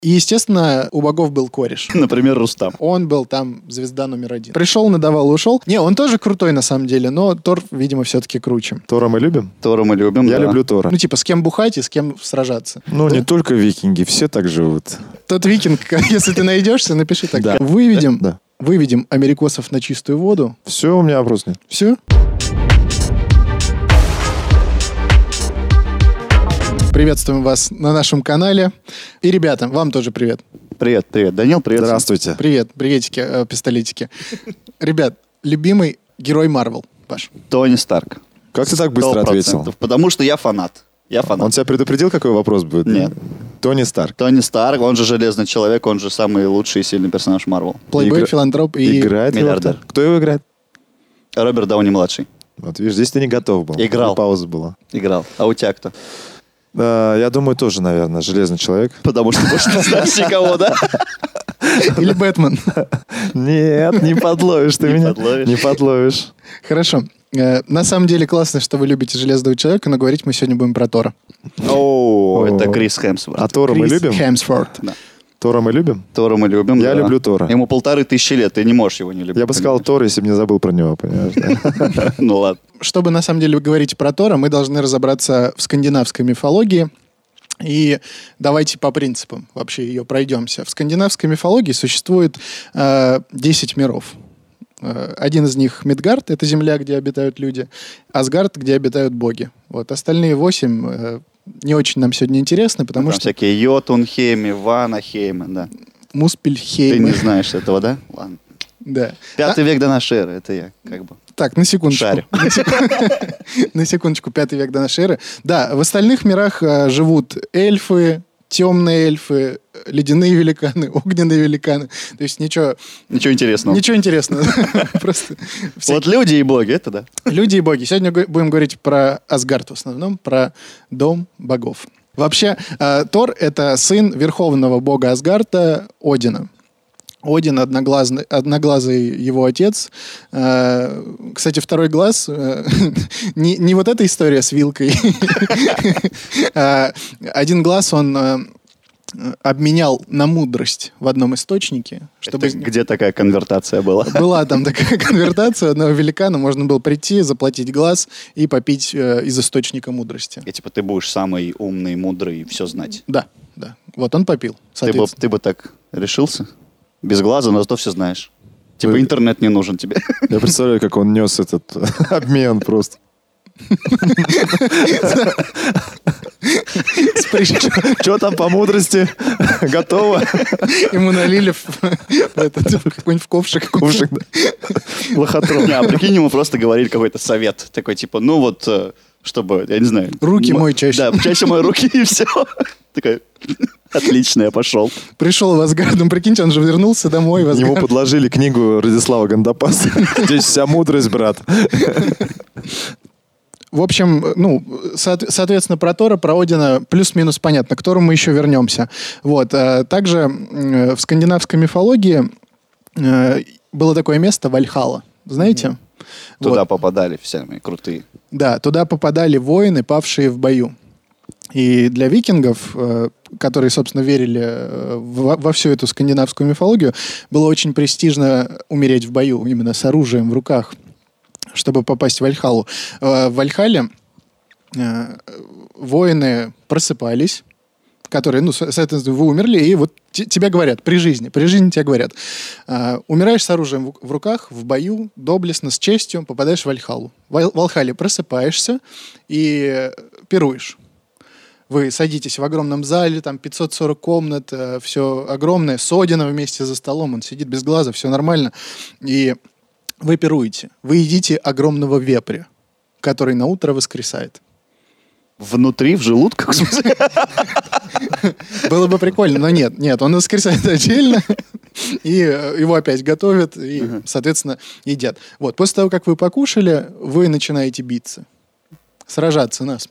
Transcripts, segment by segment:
И, естественно, у богов был кореш. Например, Рустам. Он был там звезда номер 1. Пришел, надавал, ушел. Не, он тоже крутой на самом деле, но Тор, видимо, все-таки круче. Тора мы любим? Тора мы любим, Я да. люблю Тора. Ну, типа, с кем бухать и с кем сражаться. Ну, не только викинги, все так живут. Тот викинг, если ты найдешься, напиши так. Да. Выведем америкосов на чистую воду. Все, у меня вопрос нет. Все? Приветствуем вас на нашем канале. И, ребята, вам тоже привет. Привет. Данил, привет. Здравствуйте. Привет, приветики, пистолетики. Ребят, любимый герой Марвел, Паш? Тони Старк. Как ты так быстро 100%. ответил? Потому что я фанат. Он тебя предупредил, какой вопрос будет? Нет. Тони Старк. Тони Старк, он же Железный Человек, он же самый лучший и сильный персонаж Марвел. Плейбой, филантроп и... Играет его миллиардер. кто? Кто его играет? Роберт Дауни-младший. Вот видишь, здесь ты не готов был. Играл. Пауза была. Играл. А у тебя кто? Я думаю, тоже, наверное, Железный Человек. Потому что больше не знаешь никого, да? Или Бэтмен. Нет, не подловишь ты Не меня. подловишь. Не подловишь. Хорошо. На самом деле классно, что вы любите Железного Человека, но говорить мы сегодня будем про Тора. О, это Крис Хемсворт. А Тора мы Крис любим? Хемсворт. Да. Тора мы любим? Тора мы любим, Я да. люблю Тора. Ему 1500 лет, ты не можешь его не любить. Я бы сказал Тора, если бы не забыл про него, понимаешь? Да? Ну ладно. Чтобы на самом деле говорить про Тора, мы должны разобраться в скандинавской мифологии. И давайте по принципам вообще ее пройдемся. В скандинавской мифологии существует 10 миров. Один из них Мидгард, это земля, где обитают люди. Асгард, где обитают боги. Вот. Остальные 8 не очень нам сегодня интересны, потому Там что... всякие Йотунхеймы, Ванахеймы, да. Ты Муспельхеймы. не знаешь этого, да? Ладно. Да. 5 век до нашей эры, это я как бы Так, на секундочку. шарю. На секундочку, 5 век до нашей эры. Да, в остальных мирах живут эльфы, темные эльфы, ледяные великаны, огненные великаны. То есть ничего Ничего интересного. Просто Вот люди и боги, это да. люди и боги. Сегодня будем говорить про Асгард в основном, про дом богов. Вообще, Тор — это сын верховного бога Асгарда Одина. Один одноглазый его отец. Кстати, второй глаз, не вот эта история с вилкой. Один глаз он обменял на мудрость в одном источнике. Чтобы... Это где такая конвертация была? Была там такая конвертация у одного великана. Можно было прийти, заплатить глаз и попить из источника мудрости. И типа ты будешь самый умный, мудрый и все знать. Да. Вот он попил, соответственно. Ты бы так решился? Без глаза, но зато все знаешь. Типа Вы- интернет не нужен тебе. Я представляю, как он нес этот обмен просто. Что там по мудрости? Готово? Ему налили в какой-нибудь ковшик. Ковшик, да. Лохотрон. Не, а прикинь, ему просто говорили какой-то совет. Такой типа, ну вот, чтобы, я не знаю. Руки мой чаще. Да, чаще мой руки и все. Такой, отлично, я пошел. Пришел в Асгард, ну прикиньте, он же вернулся домой в Ему Асгард. подложили книгу Радислава Гандапаса. Здесь вся мудрость, брат. В общем, соответственно, про Тора, про Одина плюс-минус понятно, к Тору мы еще вернемся. Вот. Также в скандинавской мифологии было такое место Вальхалла. Знаете? Туда Вот. попадали все мои крутые. Да, туда попадали воины, павшие в бою. И для викингов, которые, собственно, верили во всю эту скандинавскую мифологию, было очень престижно умереть в бою, именно с оружием в руках, чтобы попасть в Вальхаллу. В Вальхалле воины просыпались, которые, соответственно, вы умерли, и вот тебе говорят при жизни тебе говорят, умираешь с оружием в руках, в бою, доблестно, с честью, попадаешь в Вальхаллу. В Вальхалле просыпаешься и пируешь. Вы садитесь в огромном зале, там 540 комнат, все огромное, с Одином вместе за столом, он сидит без глаза, все нормально, и вы пируете. Вы едите огромного вепря, который на утро воскресает. Внутри, в желудках, в смысле? Было бы прикольно, но нет, он воскресает отдельно, и его опять готовят, и, соответственно, едят. Вот, после того, как вы покушали, вы начинаете биться, сражаться насмерть.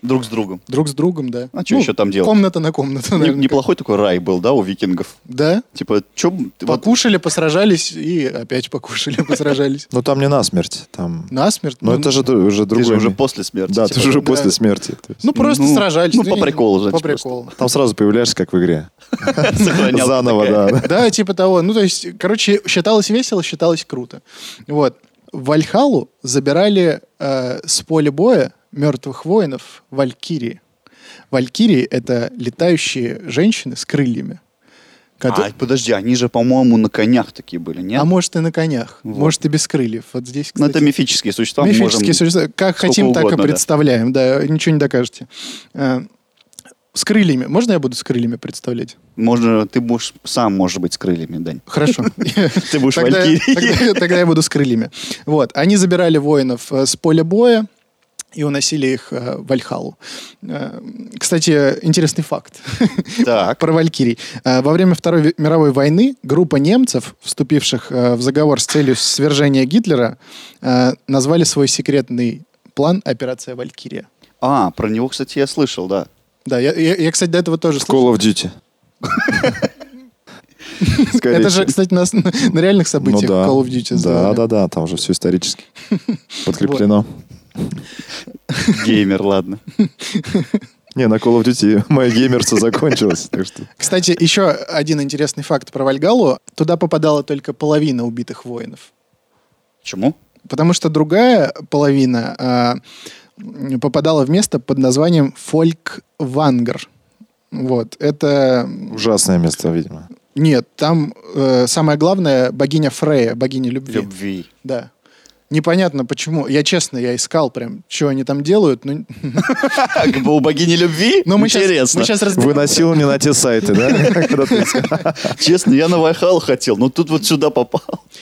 Друг с другом. Друг с другом, да. А что еще там делать? Комната на комнату, наверное. Неплохой такой рай был, да, у викингов? Да. Типа, что... Покушали, посражались и опять покушали, посражались. Ну, там не насмерть, там... Насмерть? Ну, это же уже Ты другой же уже мир. после смерти. Да, типа. ты же уже да. после смерти. То есть Ну, просто Ну, сражались. ну, по приколу, значит, По приколу. Там сразу появляешься, как в игре. Сохранялка Заново, такая. да. Да, типа того. Ну, то есть, короче, считалось весело, считалось круто. Вот. В Вальхалу забирали с поля боя мертвых воинов валькирии. Валькирии — это летающие женщины с крыльями. Подожди, они же, по-моему, на конях такие были, нет? А может и на конях, Вот. может и без крыльев. Вот здесь, Ну, кстати, это мифические существа. мы мифические можем- существа. Как сколько хотим, так и угодно, да. представляем. Да, ничего не докажете. С крыльями. Можно я буду с крыльями представлять? Ты будешь сам, может быть, с крыльями, Дань. Хорошо. Ты будешь Тогда валькирией. тогда я буду с крыльями. Вот. Они забирали воинов с поля боя и уносили их в Вальхалу. Кстати, интересный факт Так. про валькирий. Во время Второй мировой войны группа немцев, вступивших в заговор с целью свержения Гитлера, назвали свой секретный план «Операция Валькирия». Про него, кстати, я слышал, да. Да, я, кстати, до этого тоже слышал. Call of Duty. Скорее Это же, всего. кстати, на реальных событиях Ну да. Call of Duty сделали. Да, там же все исторически подкреплено. Геймер, ладно. Не, на Call of Duty мое геймерство закончилось. Так что... Кстати, еще один интересный факт про Вальгалу. Туда попадала только половина убитых воинов. Почему? Потому что другая половина попадала в место под названием Фольквангр. Вот. Это... Ужасное место, видимо. Нет, там самое главное богиня Фрея, богиня любви. Любви. Да. Непонятно почему. Я искал прям, что они там делают. Но... Как бы у богини любви? Но мы Интересно. сейчас разберем. Выносил не на те сайты, да? Когда ты искал. Честно, я на Вальхалу хотел, но тут вот сюда попал.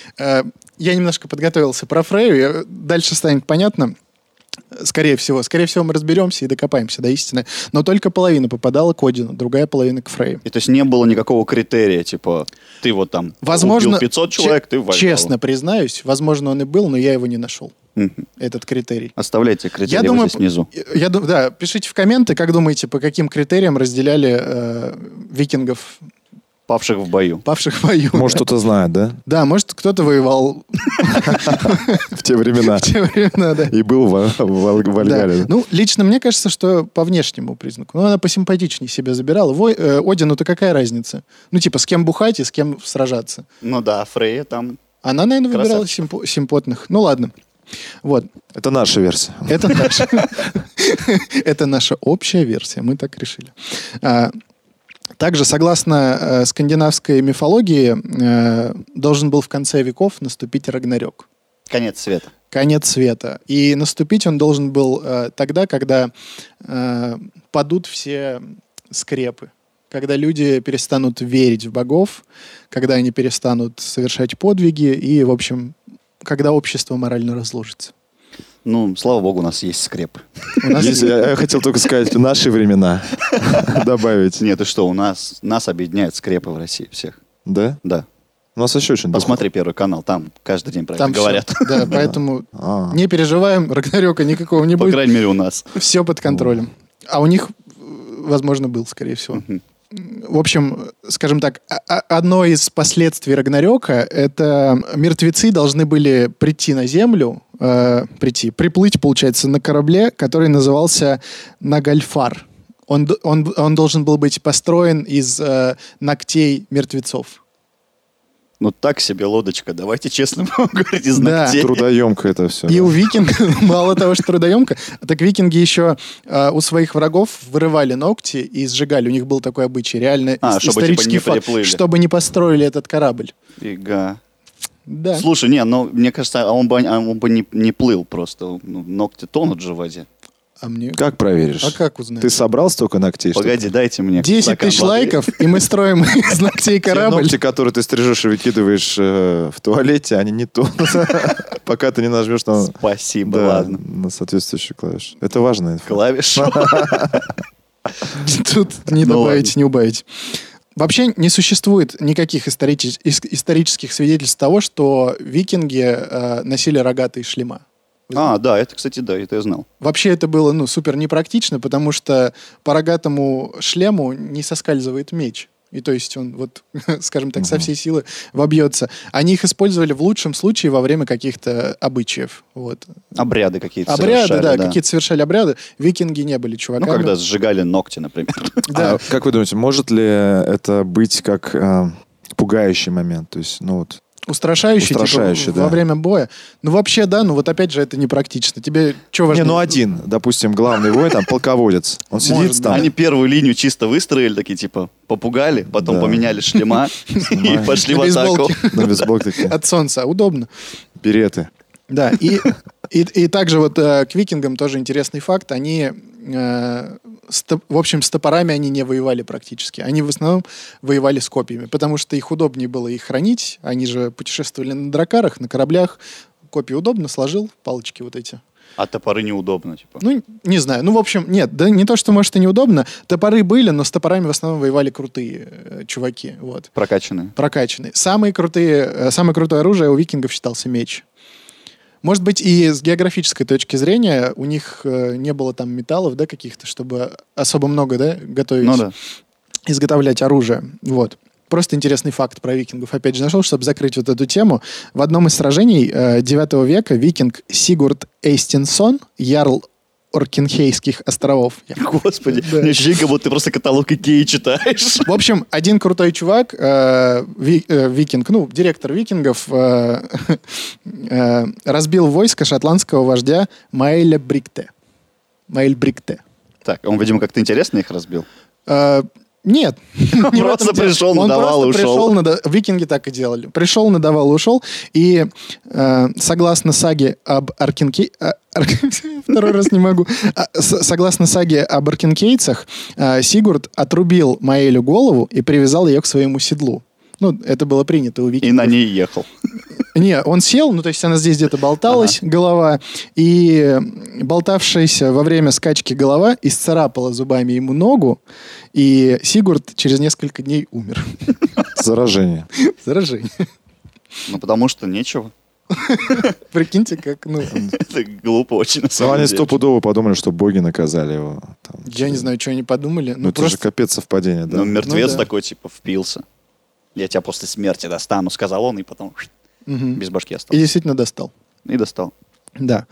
Я немножко подготовился про Фрейю. Дальше станет понятно. Скорее всего, мы разберемся и докопаемся до истины. Но только половина попадала к Одину, другая половина к Фрейе. И то есть не было никакого критерия, типа, ты вот там убил 500 человек, ты в Вальхалу. Честно признаюсь, возможно, он и был, но я его не нашел. Мгм. Этот критерий. Оставляйте критерии Я вот думаю, здесь внизу. Да, пишите в комменты, как думаете, по каким критериям разделяли викингов, Павших в бою. павших в бою. Может, кто-то знает, да? Да, может, кто-то воевал В те времена. в те времена, да. И был в Да. Вальгале. Ну, лично мне кажется, что по внешнему признаку. Ну, она посимпатичнее себя забирала. Одину-то какая разница? Ну, типа, с кем бухать и с кем сражаться. Ну да, Фрейя там... Она, наверное, выбирала Красавчик. симпотных. Ну, ладно. Вот. Это наша версия. Это наша, это наша общая версия. Мы так решили. Также, согласно скандинавской мифологии, должен был в конце веков наступить Рагнарёк. Конец света. Конец света. И наступить он должен был тогда, когда падут все скрепы. Когда люди перестанут верить в богов, когда они перестанут совершать подвиги и, в общем, когда общество морально разложится. Ну, слава богу, у нас есть скрепы. У нас Я хотел только сказать, наши времена добавить. Нет, и что, нас объединяют скрепы в России всех. Да? Да. У нас еще очень Посмотри Первый канал, там каждый день про это там говорят. всё. Да, поэтому А. не переживаем, Рагнарёка никакого не По будет. крайней мере, у нас. Все под контролем. А у них, возможно, был, скорее всего. В общем, скажем так, одно из последствий Рагнарёка — это мертвецы должны были прийти на землю, приплыть, получается, на корабле, который назывался Нагальфар. Он должен был быть построен из ногтей мертвецов. Ну, так себе лодочка, давайте честно говорить, из Да. ногтей. Трудоемко это все. И у викингов, мало того, что трудоемко, так викинги еще у своих врагов вырывали ногти и сжигали. У них был такой обычай, реально Чтобы, исторический типа, не факт, приплыли. чтобы не построили этот корабль. Фига. Да. Слушай, мне кажется, он бы не плыл просто. Ну, ногти тонут же в воде. А мне... Как проверишь? А как узнать? Ты собрал столько ногтей? что Погоди, дайте мне 10 стакан тысяч воды. лайков, и мы строим из ногтей те корабль. ногти, которые ты стрижешь и выкидываешь в туалете, они не тонут, пока ты не нажмешь на... Спасибо, Да, ладно. на соответствующую клавишу. Это важная инфа. Клавишу. Тут не Ну добавить, не убавить. Вообще не существует никаких исторических свидетельств того, что викинги носили рогатые шлема. Да, это, кстати, да, это я знал. Вообще это было, супер непрактично, потому что по рогатому шлему не соскальзывает меч. И то есть он, скажем так, со всей силы вобьется. Они их использовали в лучшем случае во время каких-то обычаев. Вот. Обряды какие-то Обряды, совершали, да. какие-то совершали обряды. Викинги не были чуваками. Когда сжигали ногти, например. Да. Как вы думаете, может ли это быть как пугающий момент? То есть, Устрашающий, Устрашающий, да. во время боя. Вообще, да, опять же, это непрактично. Тебе что важнее? один, допустим, главный воин, там, полководец. Он сидит Может, там. Они первую линию чисто выстроили, такие, типа, попугали, потом Да. поменяли шлема и пошли в атаку. На бейсболке такие. От солнца. Удобно. Береты. Да, и также к викингам тоже интересный факт. Они, в общем, с топорами они не воевали практически. Они в основном воевали с копьями, потому что их удобнее было их хранить. Они же путешествовали на дракарах, на кораблях. Копья удобно, сложил палочки вот эти. А топоры неудобно, типа. Не знаю. В общем, нет, да не то, что, может, и неудобно. Топоры были, но с топорами в основном воевали крутые чуваки. Вот. Прокачанные. Прокачанные. Самое крутое оружие у викингов считался меч. Может быть, и с географической точки зрения у них не было там металлов, да, каких-то, чтобы особо много, да, готовить, изготовлять оружие. Вот. Просто интересный факт про викингов. Опять же, нашел, чтобы закрыть вот эту тему. В одном из сражений 9 века викинг Сигурд Эйстинсон, ярл Оркинхейских островов. Господи, Да. мне ощущение, как будто ты просто каталог Икеи читаешь. В общем, один крутой чувак, викинг, директор викингов, разбил войско шотландского вождя Маэля Брикте. Маэль Брикте. Так, он, видимо, как-то интересно их разбил. Нет. Он просто пришел, надавал и ушел. Викинги так и делали. Пришел, надавал и ушел. И согласно саге об второй раз не могу. Согласно саге об аркинкейцах, Сигурд отрубил Маэлю голову и привязал ее к своему седлу. Это было принято у викингов. И на ней ехал. Не, он сел, то есть она здесь где-то болталась, голова, и болтавшаяся во время скачки голова исцарапала зубами ему ногу, и Сигурд через несколько дней умер. Заражение. Заражение. Потому что нечего. Прикиньте, как, Это глупо очень, на Ну, самом они деле. стопудово подумали, что боги наказали его. Там, Я не знаю, что они подумали. Ну, это же капец совпадение, да? Мертвец да. такой, типа, впился. Я тебя после смерти достану, сказал он, и потом без башки И остался. действительно достал. И достал. Да.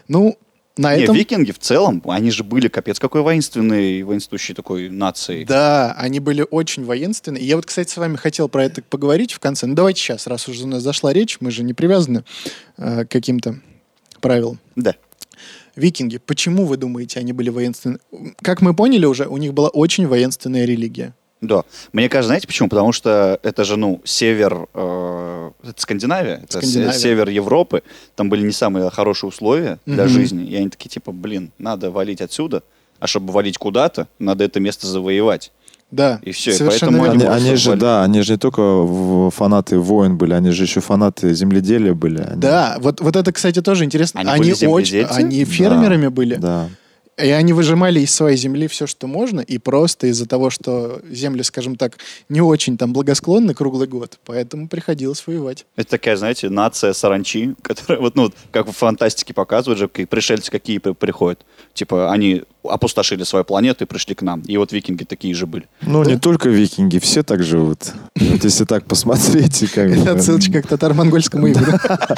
На этом... Викинги в целом, они же были капец какой воинствующей такой нацией. Да, они были очень воинственные. Я кстати, с вами хотел про это поговорить в конце. Давайте сейчас, раз уже у нас зашла речь, мы же не привязаны к каким-то правилам. Да. Викинги, почему, вы думаете, они были воинственны? Как мы поняли уже, у них была очень воинственная религия. Да. Мне кажется, знаете почему? Потому что это же, север... это Скандинавия. Это север Европы. Там были не самые хорошие условия для жизни. И они такие, типа, надо валить отсюда. А чтобы валить куда-то, надо это место завоевать. Да, И все. И совершенно поэтому верно. Они же не только фанаты войн были, они же еще фанаты земледелия были. Да, вот это, кстати, тоже интересно. Они были земледельцы? Они фермерами были. Да. И они выжимали из своей земли все, что можно, и просто из-за того, что земли, скажем так, не очень там благосклонны круглый год, поэтому приходилось воевать. Это такая, знаете, нация саранчи, которая, как в фантастике показывают же, пришельцы какие приходят. Типа, они опустошили свою планету и пришли к нам. И вот викинги такие же были. Не только викинги, все так живут. Вот если так посмотреть, как Это отсылочка к татаро-монгольскому игру.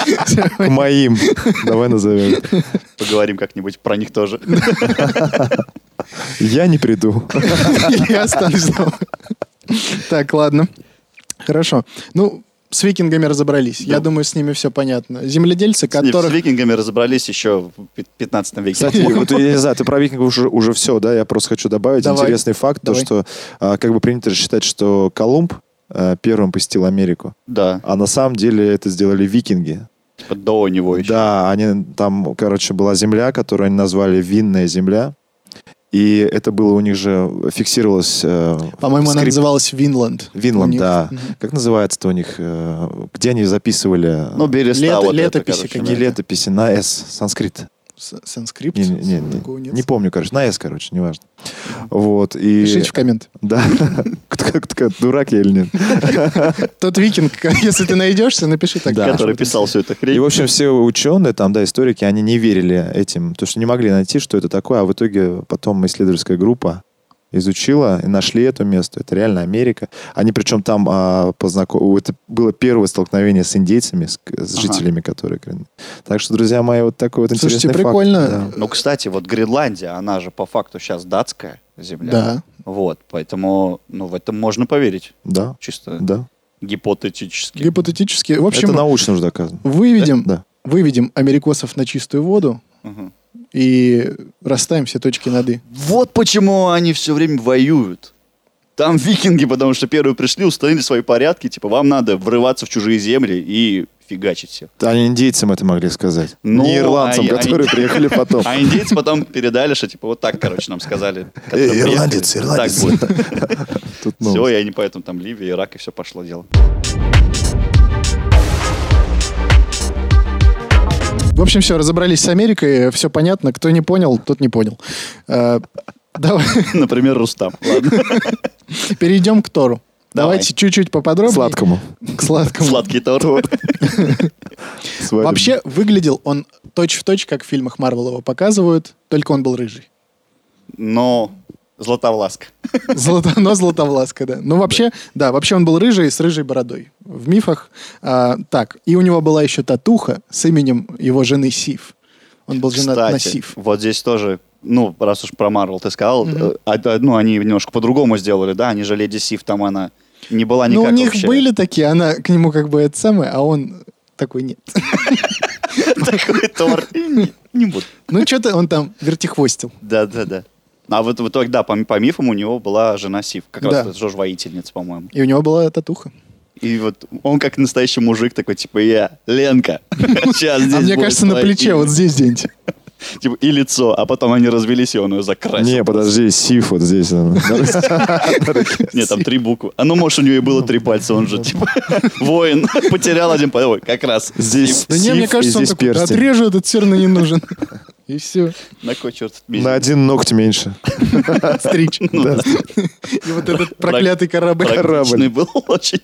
к моим. Давай назовем. Поговорим как-нибудь про них тоже. Я не приду. Я останусь дома. Так, ладно. Хорошо. С викингами разобрались. Я думаю, с ними все понятно. Земледельцы, С которых... викингами разобрались еще в 15 веке. Кстати, вот я не знаю, ты про викингов уже все, да? Я просто хочу добавить Давай. интересный факт, то, Давай. что как бы принято же считать, что Колумб первым посетил Америку. Да, А на самом деле это сделали викинги. типа до него еще. Да, там, была земля, которую они назвали Винная земля. И это было у них же, фиксировалось... По-моему, она скрип- называлась Винланд. Винланд, У них. да. Как называется-то у них? Где они записывали... Береста вот это, летописи короче, не какие-то. летописи, на «С», санскрит. Санскрипт? Не помню, короче. На «С», короче, неважно. Вот, и... Пишите в коммент. Да. Кто дурак я или нет? Тот викинг, если ты найдешься, напиши так. Который писал всю эту хрень. И, в общем, все ученые, там, да, историки, они не верили этим, то, что не могли найти, что это такое, а в итоге потом исследовательская группа изучила и нашли это место. Это реально Америка. Они причем там это было первое столкновение с индейцами, с жителями, которые... Так что, друзья мои, вот такой вот интересный факт. Слушайте, прикольно. Да. Ну, кстати, вот Гренландия, она же по факту сейчас датская земля. Да. Вот, поэтому, в этом можно поверить. Да. Чисто Да. гипотетически. Гипотетически. В общем, это научно уже доказано. выведем америкосов на чистую воду. Угу. И расставим все точки над «и». Вот почему они все время воюют. Там викинги, потому что первые пришли, установили свои порядки, типа, вам надо врываться в чужие земли и фигачить всех. Они индейцам это могли сказать. Не ирландцам, которые приехали потом. А индейцы потом передали, что типа вот так, короче, нам сказали. Ирландец. Так будет. Все, и они поэтому там Ливия, Ирак, и все пошло дело. В общем, все, разобрались с Америкой, все понятно. Кто не понял, тот не понял. Давай. Например, Рустам. Ладно. Перейдем к Тору. Давайте чуть-чуть поподробнее. Сладкому. К сладкому. Сладкий Тор. Вообще, выглядел он точь-в-точь, как в фильмах Марвел его показывают, только он был рыжий. Но Златовласка. Но Златовласка, да. Ну, вообще он был рыжий с рыжей бородой. В мифах. Так, и у него была еще татуха с именем его жены Сиф. Он был женат на Сиф. Вот здесь тоже, раз уж про Марвел ты сказал, они немножко по-другому сделали, да, они же Леди Сиф, там она не была никак у них вообще. были такие, она к нему как бы это самое, а он такой нет. Такой Тор. Не буду. Что-то он там вертихвостил. Да. А вот в итоге, да, по мифам у него была жена Сиф. Как раз это тоже воительница, по-моему. И у него была татуха. И вот он как настоящий мужик такой, типа, я, Ленка, сейчас здесь. А мне кажется, на плече, вот здесь где-нибудь. Типа, и лицо, а потом они развелись, и он ее закрасил. Не, подожди, Сиф вот здесь. Нет, там 3 буквы. Может, у нее и было 3 пальца, он же, типа, воин, потерял один палец. Как раз. Здесь да не, мне кажется, он такой, отрежу, этот все равно не нужен. И все. На кой черт? На 1 ноготь меньше. Стричь. И вот этот проклятый корабль. Практичный был очень.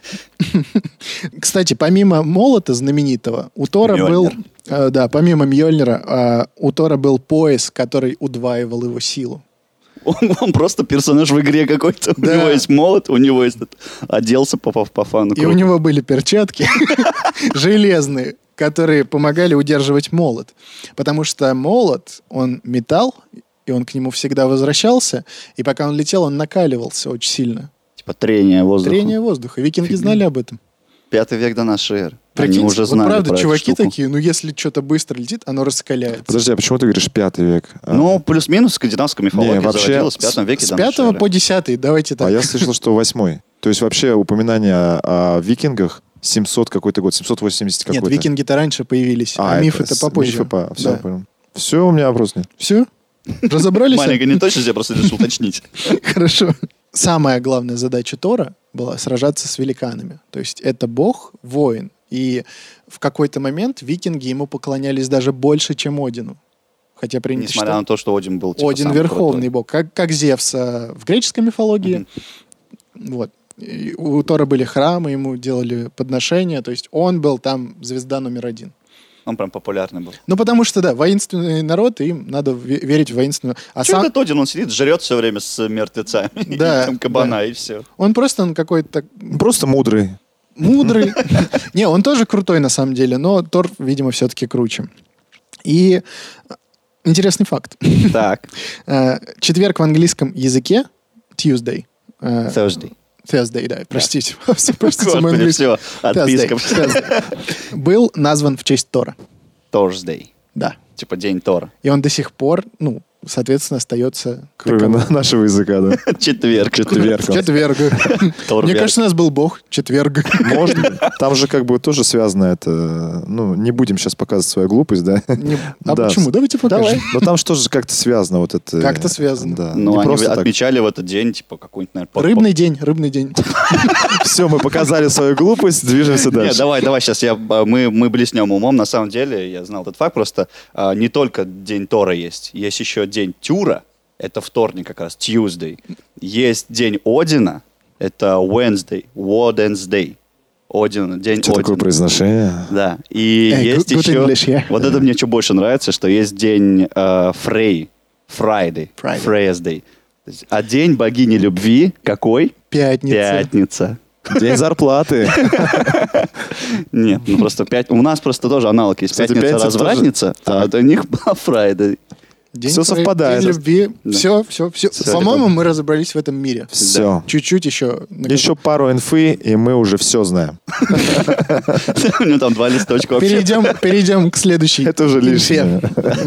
Кстати, помимо молота знаменитого, у Тора был... Да, помимо Мьёльнира, у Тора был пояс, который удваивал его силу. Он просто персонаж в игре какой-то. Да. У него есть молот, у него есть... Оделся, попав по фану. И у него были перчатки железные, которые помогали удерживать молот. Потому что молот, он металл, и он к нему всегда возвращался, и пока он летел, он накаливался очень сильно. Типа трение воздуха. Трение воздуха. Викинги знали об этом. 5 век до нашей эры. Прикиньте, они уже знали правда, про чуваки эту штуку. такие, если что-то быстро летит, оно раскаляется. Подожди, а почему ты говоришь 5 век? Плюс-минус скандинавская мифология заводилась в 5 веке с до нашей 5 эры. по 10, давайте так. А я слышал, что 8. То есть вообще упоминание о викингах 700 какой-то год, 780 какой-то. Нет, викинги-то раньше появились, а мифы-то попозже. Все, понял. Все, у меня вопрос нет. Все? Разобрались? Маленько не точно, я просто решил уточнить. Хорошо. Самая главная задача Тора была сражаться с великанами. То есть это бог, воин. И в какой-то момент викинги ему поклонялись даже больше, чем Одину. Хотя принято, несмотря на то, что Один был типа Один верховный бог, как Зевс в греческой мифологии. Вот. И у Тора были храмы, ему делали подношения. То есть он был там звезда номер 1. Он прям популярный был. Потому что, да, воинственный народ, и им надо верить в воинственную... Что этот Один? Он сидит, жрет все время с мертвецами. Да. Там кабана, и все. Он какой-то... Просто мудрый. Мудрый. Не, он тоже крутой на самом деле, но Тор, видимо, все-таки круче. И интересный факт. Так. Четверг в английском языке Tuesday. Thursday, да, простите. Простите мой английский. Все, отписка. Был назван в честь Тора. Thursday. Да. Типа День Тора. И он до сих пор, соответственно, остается... Кроме нашего языка, да? Четверг. Четверг. Мне кажется, у нас был бог. Четверг. Можно. Там же как бы тоже связано это... Ну, не будем сейчас показывать свою глупость, да? Почему? Давайте покажем. Но там же тоже как-то связано вот это... Как-то связано. Да. Ну, они отмечали в этот день, типа, какой-нибудь, наверное... Рыбный день. Все, мы показали свою глупость, движемся дальше. Нет, давай, сейчас мы блеснем умом. На самом деле, я знал этот факт, просто не только день Тора есть еще день Тюра, это вторник как раз, Tuesday. Есть день Одина, это Wednesday. Один, день Что Одина. такое произношение? Да, и есть еще... English, yeah. Вот это мне что больше нравится, что есть день Friday. Freya's Day. А день богини любви какой? Пятница. День зарплаты. Нет, ну просто у нас просто тоже аналог есть. Пятница развратница, а у них была Фрайдей. Все совпадает. День любви. Все. По-моему, мы разобрались в этом мире. Все. Чуть-чуть еще. Еще пару инфы, и мы уже все знаем. У него там 2 листочка вообще. Перейдем к следующей. Это уже лишнее.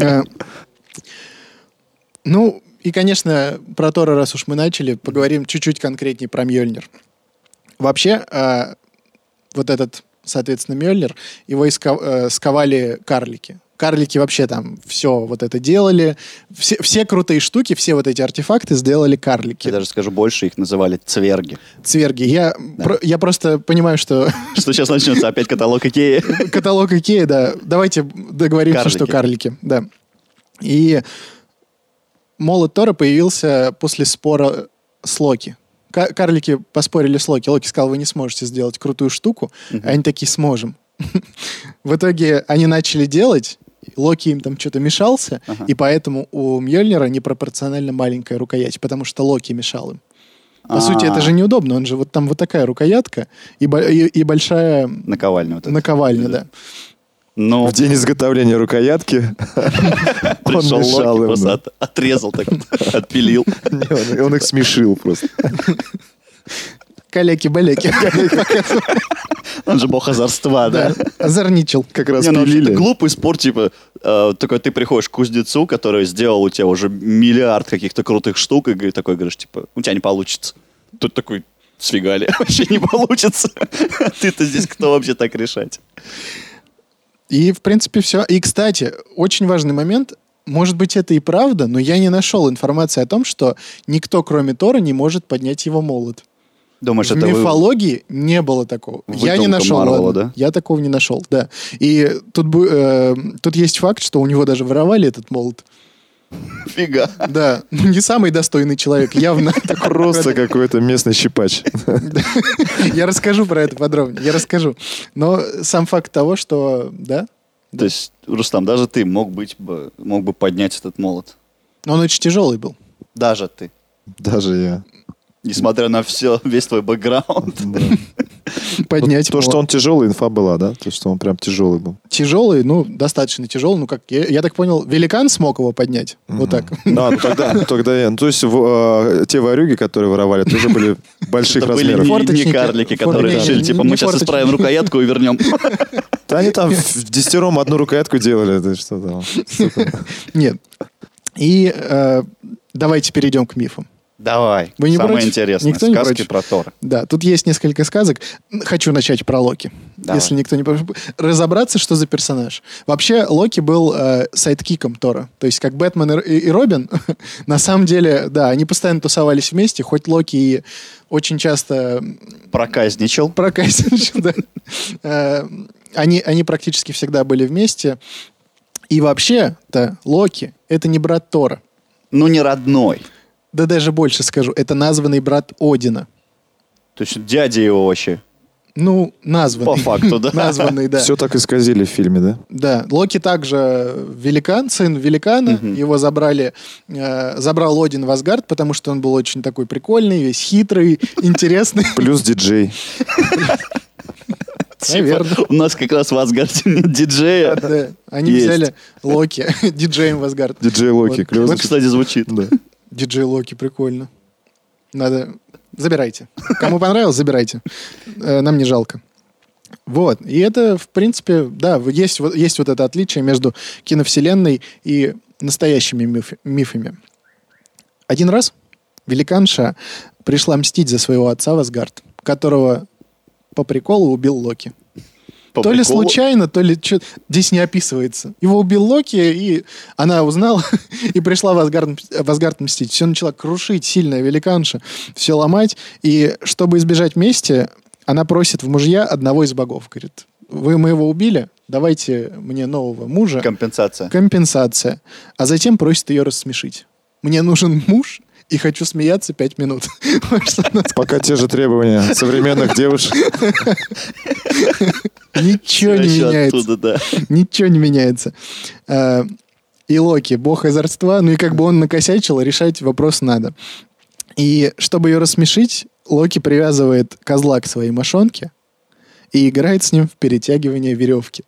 Ну, и, конечно, про Тора, раз уж мы начали, поговорим чуть-чуть конкретнее про Мьёльнир. Вообще, вот этот, соответственно, Мьёльнир, его сковали карлики. Карлики вообще там все вот это делали. Все крутые штуки, все вот эти артефакты сделали карлики. Я даже скажу больше, их называли цверги. Цверги. Я просто понимаю, что... Что сейчас начнется опять каталог Икеи. Каталог Икеи, да. Давайте договоримся, что карлики. Да. И молот Тора появился после спора с Локи. Карлики поспорили с Локи. Локи сказал, вы не сможете сделать крутую штуку. А они такие, сможем. В итоге они начали делать, Локи им там что-то мешался, и поэтому у Мьёльнира непропорционально маленькая рукоять, потому что Локи мешал им. По сути, это же неудобно. Он же вот там вот такая рукоятка и большая... Наковальня, да. Но... В день изготовления рукоятки пришел Локи, просто отрезал, так отпилил. Он их смешил просто. Каляки-баляки. Он же бог озорства, да? Озорничал. Как раз пилили. Глупый спор, типа, такой ты приходишь к кузнецу, который сделал у тебя уже миллиард каких-то крутых штук, и такой говоришь, типа, у тебя не получится. Тут такой, сфигали, вообще не получится. Ты-то здесь кто вообще так решать? И, в принципе, все. И, кстати, очень важный момент. Может быть, это и правда, но я не нашел информации о том, что никто, кроме Тора, не может поднять его молот. Думаешь, в мифологии не было такого. Я не нашел. Марвела, да? Я такого не нашел, да. И тут есть факт, что у него даже воровали этот молот. Фига. Да. Ну, не самый достойный человек, явно. Просто какой-то местный щипач. Я расскажу про это подробнее. Я расскажу. Но сам факт того, что... Да? То есть, Рустам, даже ты мог бы поднять этот молот. Но он очень тяжелый был. Даже ты. Даже я. Несмотря на весь твой бэкграунд. Да. Поднять. То, что он тяжелый, инфа была, да? То, что он прям тяжелый был. Тяжелый, ну, достаточно тяжелый. Ну, как я так понял, великан смог его поднять. Вот так. Да, ну тогда. То есть те ворюги, которые воровали, тоже были больших размеров. Это были не карлики, которые решили, типа, мы сейчас исправим рукоятку и вернем. Да они там в десятером одну рукоятку делали. Что там? Нет. И давайте перейдем к мифам. Давай. Вы не Самое против? интересное. Никто не сказки против? про Тора. Да, тут есть несколько сказок. Хочу начать про Локи. Давай. Если никто не... Разобраться, что за персонаж. Вообще, Локи был сайдкиком Тора. То есть, как Бэтмен и Робин, на самом деле, да, они постоянно тусовались вместе, хоть Локи и очень часто... Проказничал, да. Они практически всегда были вместе. И вообще-то Локи — это не брат Тора. Ну, не родной. Да даже больше скажу, это названный брат Одина. То есть дядя его вообще. Ну, названный. По факту, да. Названный, да. Все так исказили в фильме, да? Да. Локи также великан, сын великана. Его забрал Один в Асгард, потому что он был очень такой прикольный, весь хитрый, интересный. Плюс диджей. Наверное. У нас как раз в Асгарде нет диджея. Да. Они взяли Локи диджеем в Асгард. Диджей Локи, клево. Вот, кстати, звучит. Диджей Локи, прикольно. Надо... Забирайте. Кому понравилось, забирайте. Нам не жалко. Вот. И это, в принципе, да, есть вот это отличие между киновселенной и настоящими мифами. Один раз великанша пришла мстить за своего отца в Асгард, которого по приколу убил Локи. То ли случайно, то ли что здесь не описывается. Его убил Локи, и она узнала и пришла в Асгард мстить. Все начала крушить, сильная великанша, все ломать. И чтобы избежать мести, она просит в мужья одного из богов. Говорит, вы моего убили, давайте мне нового мужа. Компенсация. А затем просит ее рассмешить. Мне нужен муж, и хочу смеяться 5 минут. Пока те же требования современных девушек. Ничего не меняется. Ничего не меняется. И Локи, бог озорства, ну и как бы он накосячил, решать вопрос надо. И чтобы ее рассмешить, Локи привязывает козла к своей мошонке и играет с ним в перетягивание веревки.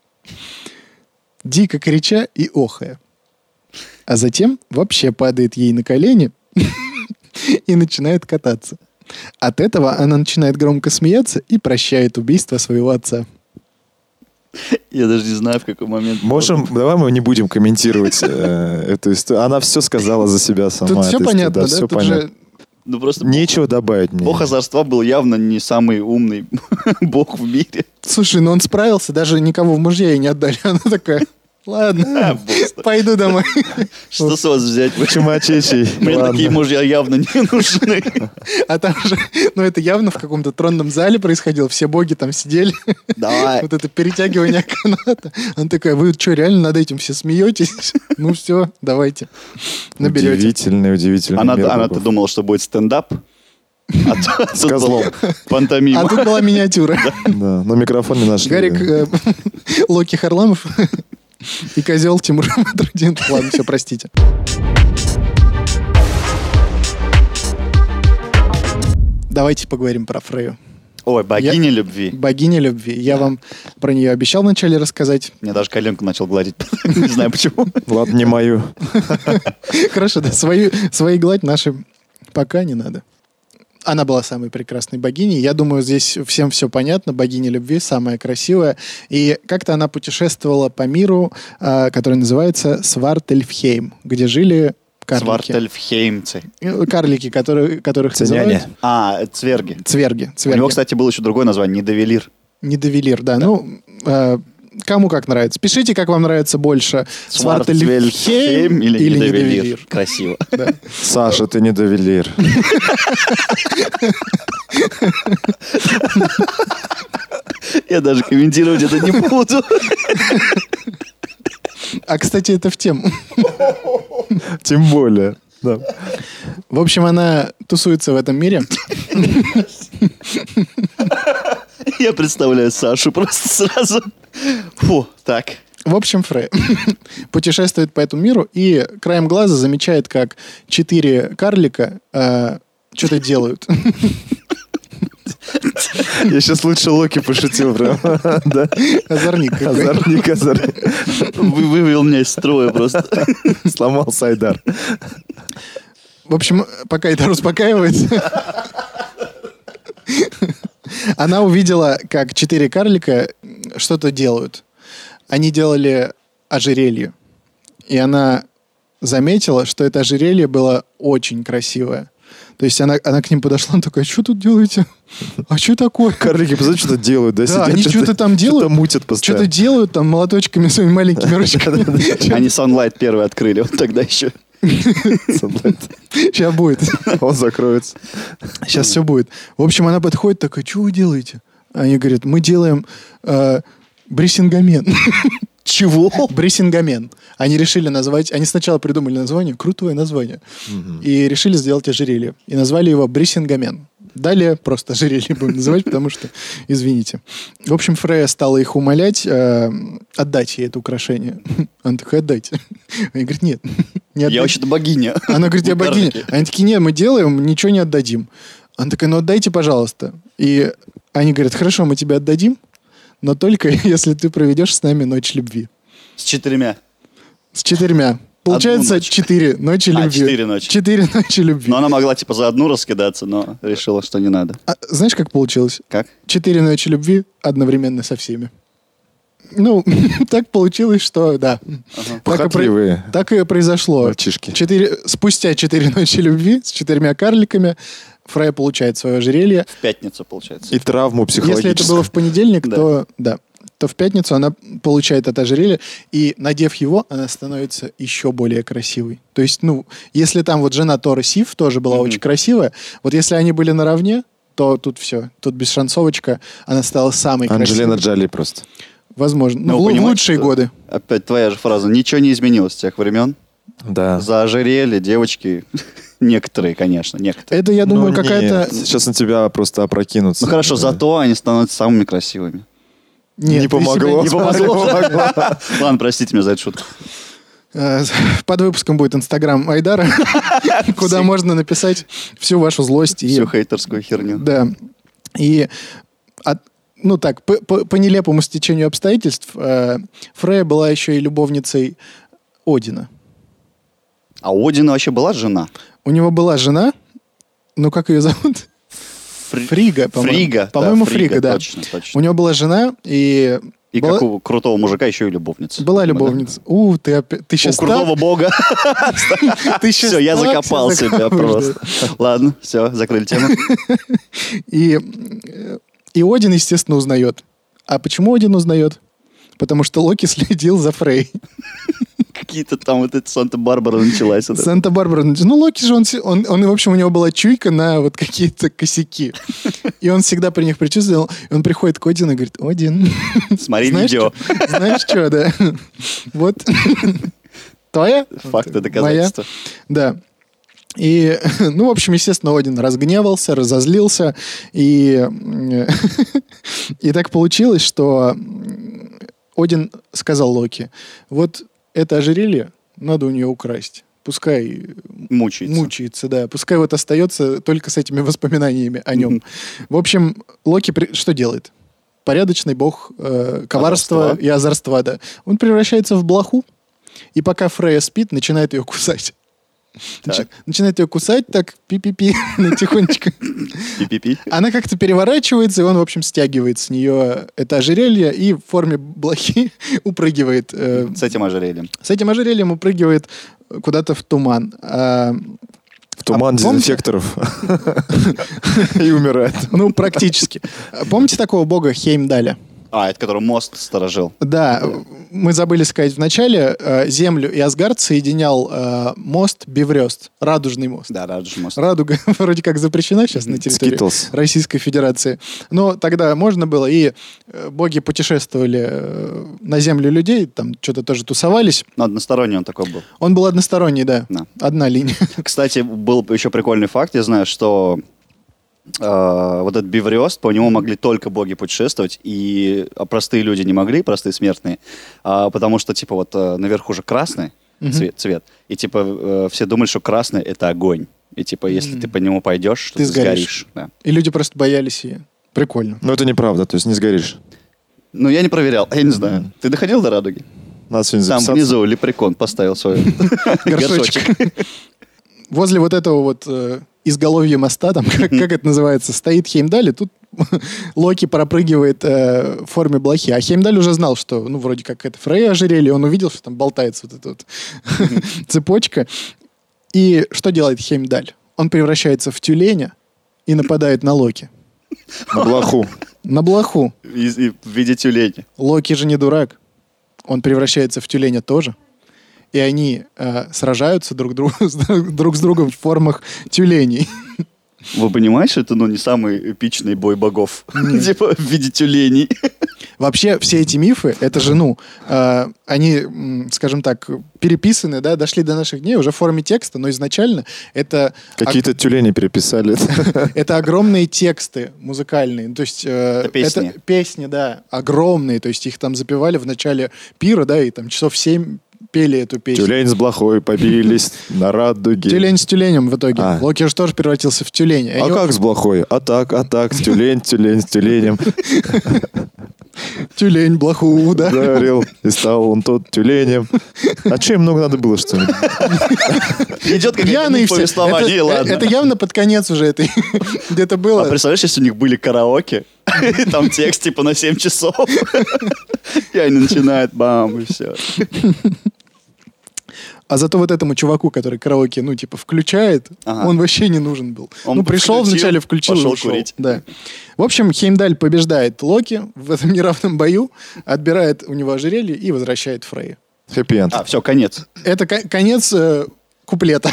Дико крича и охая. А затем вообще падает ей на колени и начинает кататься. От этого она начинает громко смеяться и прощает убийство своего отца. Я даже не знаю, в какой момент... Давай мы не будем комментировать эту историю. Она все сказала за себя сама. Тут все понятно, да? Все понятно. Ну, просто нечего добавить мне. Бог озорства был явно не самый умный бог в мире. Слушай, ну он справился, даже никого в мужья ей не отдали. Она такая... Ладно, пойду домой. Что с вас взять? Чумачечий. Мне такие мужья явно не нужны. А там же, ну это явно в каком-то тронном зале происходило. Все боги там сидели. Давай. Вот это перетягивание каната. Она такая, вы что, реально над этим все смеетесь? Ну все, давайте. Наберете. Удивительный. Она-то думала, что будет стендап. С козлом. Пантомима. А тут была миниатюра. Да, но микрофон не нашли. Гарик, Локи Харламов и козел Тимур Батрудин. Ладно, все, простите. Давайте поговорим про Фрейю. Ой, богиня любви. Богиня любви. Я вам про нее обещал вначале рассказать. Мне даже коленку начал гладить. Не знаю почему. Ладно, не мою. Хорошо, да. Свои гладь наши пока не надо. Она была самой прекрасной богиней. Я думаю, здесь всем все понятно. Богиня любви, самая красивая. И как-то она путешествовала по миру, который называется Свартельфхейм, где жили карлики. Свартельфхеймцы. Карлики, которых называют... Цверги. Цверги. У него, кстати, было еще другое название, Недовелир. Недовелир, да. Ну, кому как нравится. Пишите, как вам нравится больше. Свартельфхейм или Недовелир. Красиво. Да. Саша, ты Недовелир. Я даже комментировать это не буду. А, кстати, это в тему. Тем более. Да. В общем, она тусуется в этом мире. Я представляю Сашу просто сразу. Фу, так. В общем, Фрей путешествует по этому миру и краем глаза замечает, как 4 карлика что-то делают. Я сейчас лучше Локи пошутил прям. Да? Озорник. Озорник. Вывел меня из строя просто. Сломал Сайдар. В общем, пока это успокаивается, она увидела, как 4 карлика что-то делают. Они делали ожерелье. И она заметила, что это ожерелье было очень красивое. То есть она к ним подошла, она такая, что тут делаете? А что такое? Карлики, посмотрите, что делают, да? Да, они что-то там делают. Что-то мутят постоянно. Что-то делают там молоточками своими маленькими ручками. Они Sunlight первый открыли, вот тогда еще. Сейчас будет. Он закроется. Сейчас все будет. В общем, она подходит, такая, что вы делаете? Они говорят, мы делаем бриссингамен. Чего? Бриссингамен. Они решили назвать... Они сначала придумали название, крутое название, и решили сделать ожерелье. И назвали его Бриссингамен. Далее просто ожерелье будем называть, потому что, извините. В общем, Фрея стала их умолять отдать ей это украшение. Она такая, отдайте. Они говорят, нет, не отдайте. Я вообще-то богиня. Она говорит, я богиня. Они такие, нет, мы делаем, ничего не отдадим. Она такая, ну отдайте, пожалуйста. И они говорят, хорошо, мы тебе отдадим, но только если ты проведешь с нами ночь любви. С 4. С 4. Получается 4 ночи любви. 4 ночи. 4 ночи любви. Но она могла типа за одну раскидаться, но решила, что не надо. А знаешь, как получилось? Как? 4 ночи любви одновременно со всеми. Ну, так получилось, что да. Похотливые Так и произошло. мальчишки. Спустя 4 ночи любви с 4 карликами Фрея получает свое ожерелье. В пятницу, получается. И травму психологическую. Если это было в понедельник, то в пятницу она получает это ожерелье, и, надев его, она становится еще более красивой. То есть, ну, если там вот жена Тора Сиф тоже была очень красивая, вот если они были наравне, то тут все. Тут бесшансовочка, она стала самой Анджелина красивой. Джоли просто. Возможно. Ну, В понимаете, лучшие что- годы. Опять твоя же фраза. Ничего не изменилось с тех времен. Да. За ожерелье девочки, некоторые, конечно, некоторые. Это, я думаю, Ну, какая-то... нет, сейчас на тебя просто опрокинутся. Ну хорошо, зато они становятся самыми красивыми. Нет, Не ты себя помогло. не спас. Ладно, простите меня за эту шутку. Под выпуском будет Инстаграм Айдара, куда можно написать всю вашу злость. Всю хейтерскую херню. Да. И, ну так, по нелепому стечению обстоятельств, Фрея была еще и любовницей Одина. А у Одина вообще была жена? У него была жена, ну как ее зовут? Фрига, по-моему. Фрига. По-моему, да, Фрига, да. Точно, точно. У него была жена, и Как у крутого мужика еще и любовница. была любовница. Ты У сейчас крутого бога. Все, я закопал себя просто. Ладно, все, закрыли тему. И Один, естественно, узнает. А почему Один узнает? Потому что Локи следил за Фрей. Какие-то там вот эта Санта-Барбара началась. Санта-Барбара. Ну, Локи же, он, в общем, у него была чуйка на вот какие-то косяки. И он всегда при них предчувствовал. И он приходит к Одину и говорит: Один, Смотри знаешь видео. чё? Знаешь что, да? Вот. Твоя? Факты, доказательства. Да. И, ну, в общем, естественно, Один разгневался, разозлился. И так получилось, что Один сказал Локи: вот это ожерелье надо у нее украсть. Пускай мучается, да. Пускай вот остается только с этими воспоминаниями о нем. В общем, Локи что делает? Порядочный бог коварства и озорства, да. Он превращается в блоху, и пока Фрея спит, начинает ее кусать. Начинает ее кусать так, пи-пи-пи, тихонечко. Пи-пи-пи. Она как-то переворачивается, и он, в общем, стягивает с нее это ожерелье и в форме блохи упрыгивает. С этим ожерельем. С этим ожерельем упрыгивает куда-то в туман. В туман дезинфекторов. И умирает. Ну, практически. Помните такого бога Хеймдаля? Это который мост сторожил. Да, мы забыли сказать в начале, Землю и Асгард соединял мост Бифрёст, радужный мост. Да, радужный мост. Радуга вроде как запрещена сейчас на территории Skittles. Российской Федерации. Но тогда можно было, и боги путешествовали на Землю людей, там что-то тоже тусовались. Но односторонний он такой был. Он был односторонний, да. Да. Одна линия. Кстати, был еще прикольный факт, я знаю, что вот этот Бифрёст, по нему могли только боги путешествовать, и простые люди не могли, простые смертные, потому что, типа, вот наверху же красный цвет, и, типа, все думали, что красный — это огонь, и, типа, если ты по нему пойдешь, то ты сгоришь. Да. И люди просто боялись ее. Прикольно. Но это неправда, то есть не сгоришь. Ну, я не проверял, я не знаю. Ты доходил до радуги? Надо сегодня Там записаться. внизу лепрекон поставил свой горшочек. Возле вот этого вот изголовья моста, там, как это называется, стоит Хеймдаль, и тут Локи пропрыгивает в форме блохи. А Хеймдаль уже знал, что, ну, вроде как это Фрея ожерелье, он увидел, что там болтается вот эта вот цепочка. И что делает Хеймдаль? Он превращается в тюленя и нападает на Локи. На блоху. На блоху. И в виде тюленя. Локи же не дурак. Он превращается в тюленя тоже. И они сражаются друг с другом в формах тюленей. Вы понимаете, что это, ну, не самый эпичный бой богов? Типа в виде тюленей. Вообще, все эти мифы, это же, ну, они, скажем так, переписаны, да, дошли до наших дней уже в форме текста, но изначально это... Какие-то тюлени переписали. Это огромные тексты музыкальные. То есть песни. это песни, да, огромные. То есть их там запевали в начале пира, да, и там часов 7 пели эту песню. Тюлень с блохой побились на радуге. Тюлень с тюленем в итоге. Локи же тоже превратился в тюленя. Как с блохой? А так, с тюлень с тюленем. Тюлень, блоху, да. Говорил, и стал он тот тюленем. А че им много надо было, что ли? Идет какое-то повествование, ладно. Это явно под конец уже это где-то было. А представляешь, если у них были караоке, Там текст типа на 7 часов. И они начинают бам, и все. А зато вот этому чуваку, который караоке, ну, типа, включает, он вообще не нужен был. Он пришел вначале, включил пошел и ушел. Курить. Да. В общем, Хеймдаль побеждает Локи в этом неравном бою, отбирает у него ожерелье и возвращает Фрейю. Хэппи-энд. Все, конец. Это конец куплета.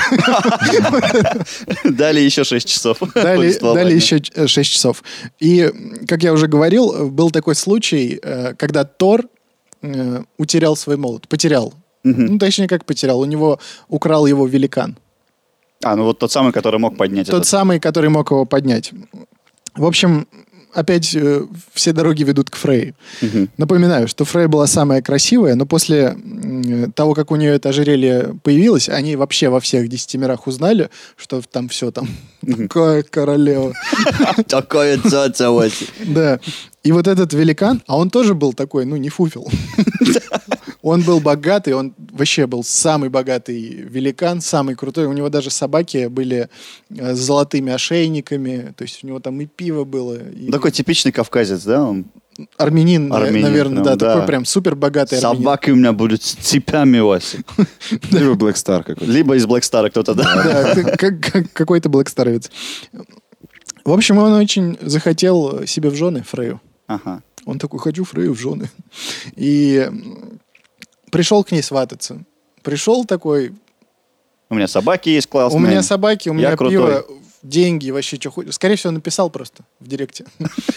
Дали еще 6 часов. Дали еще 6 часов. И, как я уже говорил, был такой случай, когда Тор утерял свой молот. Потерял. Ну, точнее, как потерял. У него украл его великан. Ну вот тот самый, который мог поднять. Тот самый, который мог его поднять. В общем, опять все дороги ведут к Фрейе. Напоминаю, что Фрейя была самая красивая, но после того, как у нее это ожерелье появилось, они вообще во всех 10 мирах узнали, что там все там. Такая королева. Такое цаца. Да. И вот этот великан, а он тоже был такой, ну, не фуфел. Он был богатый, он вообще был самый богатый великан, самый крутой. У него даже собаки были с золотыми ошейниками, то есть у него там и пиво было. И... Такой типичный кавказец, да? Он... Армянин, наверное, да, такой прям супер богатый армянин. Собаки у меня будут с цепями, Вася. Либо Black Star какой-то. Либо из Black Star кто-то, да. Да, какой-то Black Starовец. В общем, он очень захотел себе в жены Фрейю. Ага. Он такой, хочу Фрейю в жены. И пришел к ней свататься. Пришел такой... У меня собаки есть классные. У меня собаки, у меня крутой. пиво, деньги, вообще что хочешь. Скорее всего, написал просто в директе.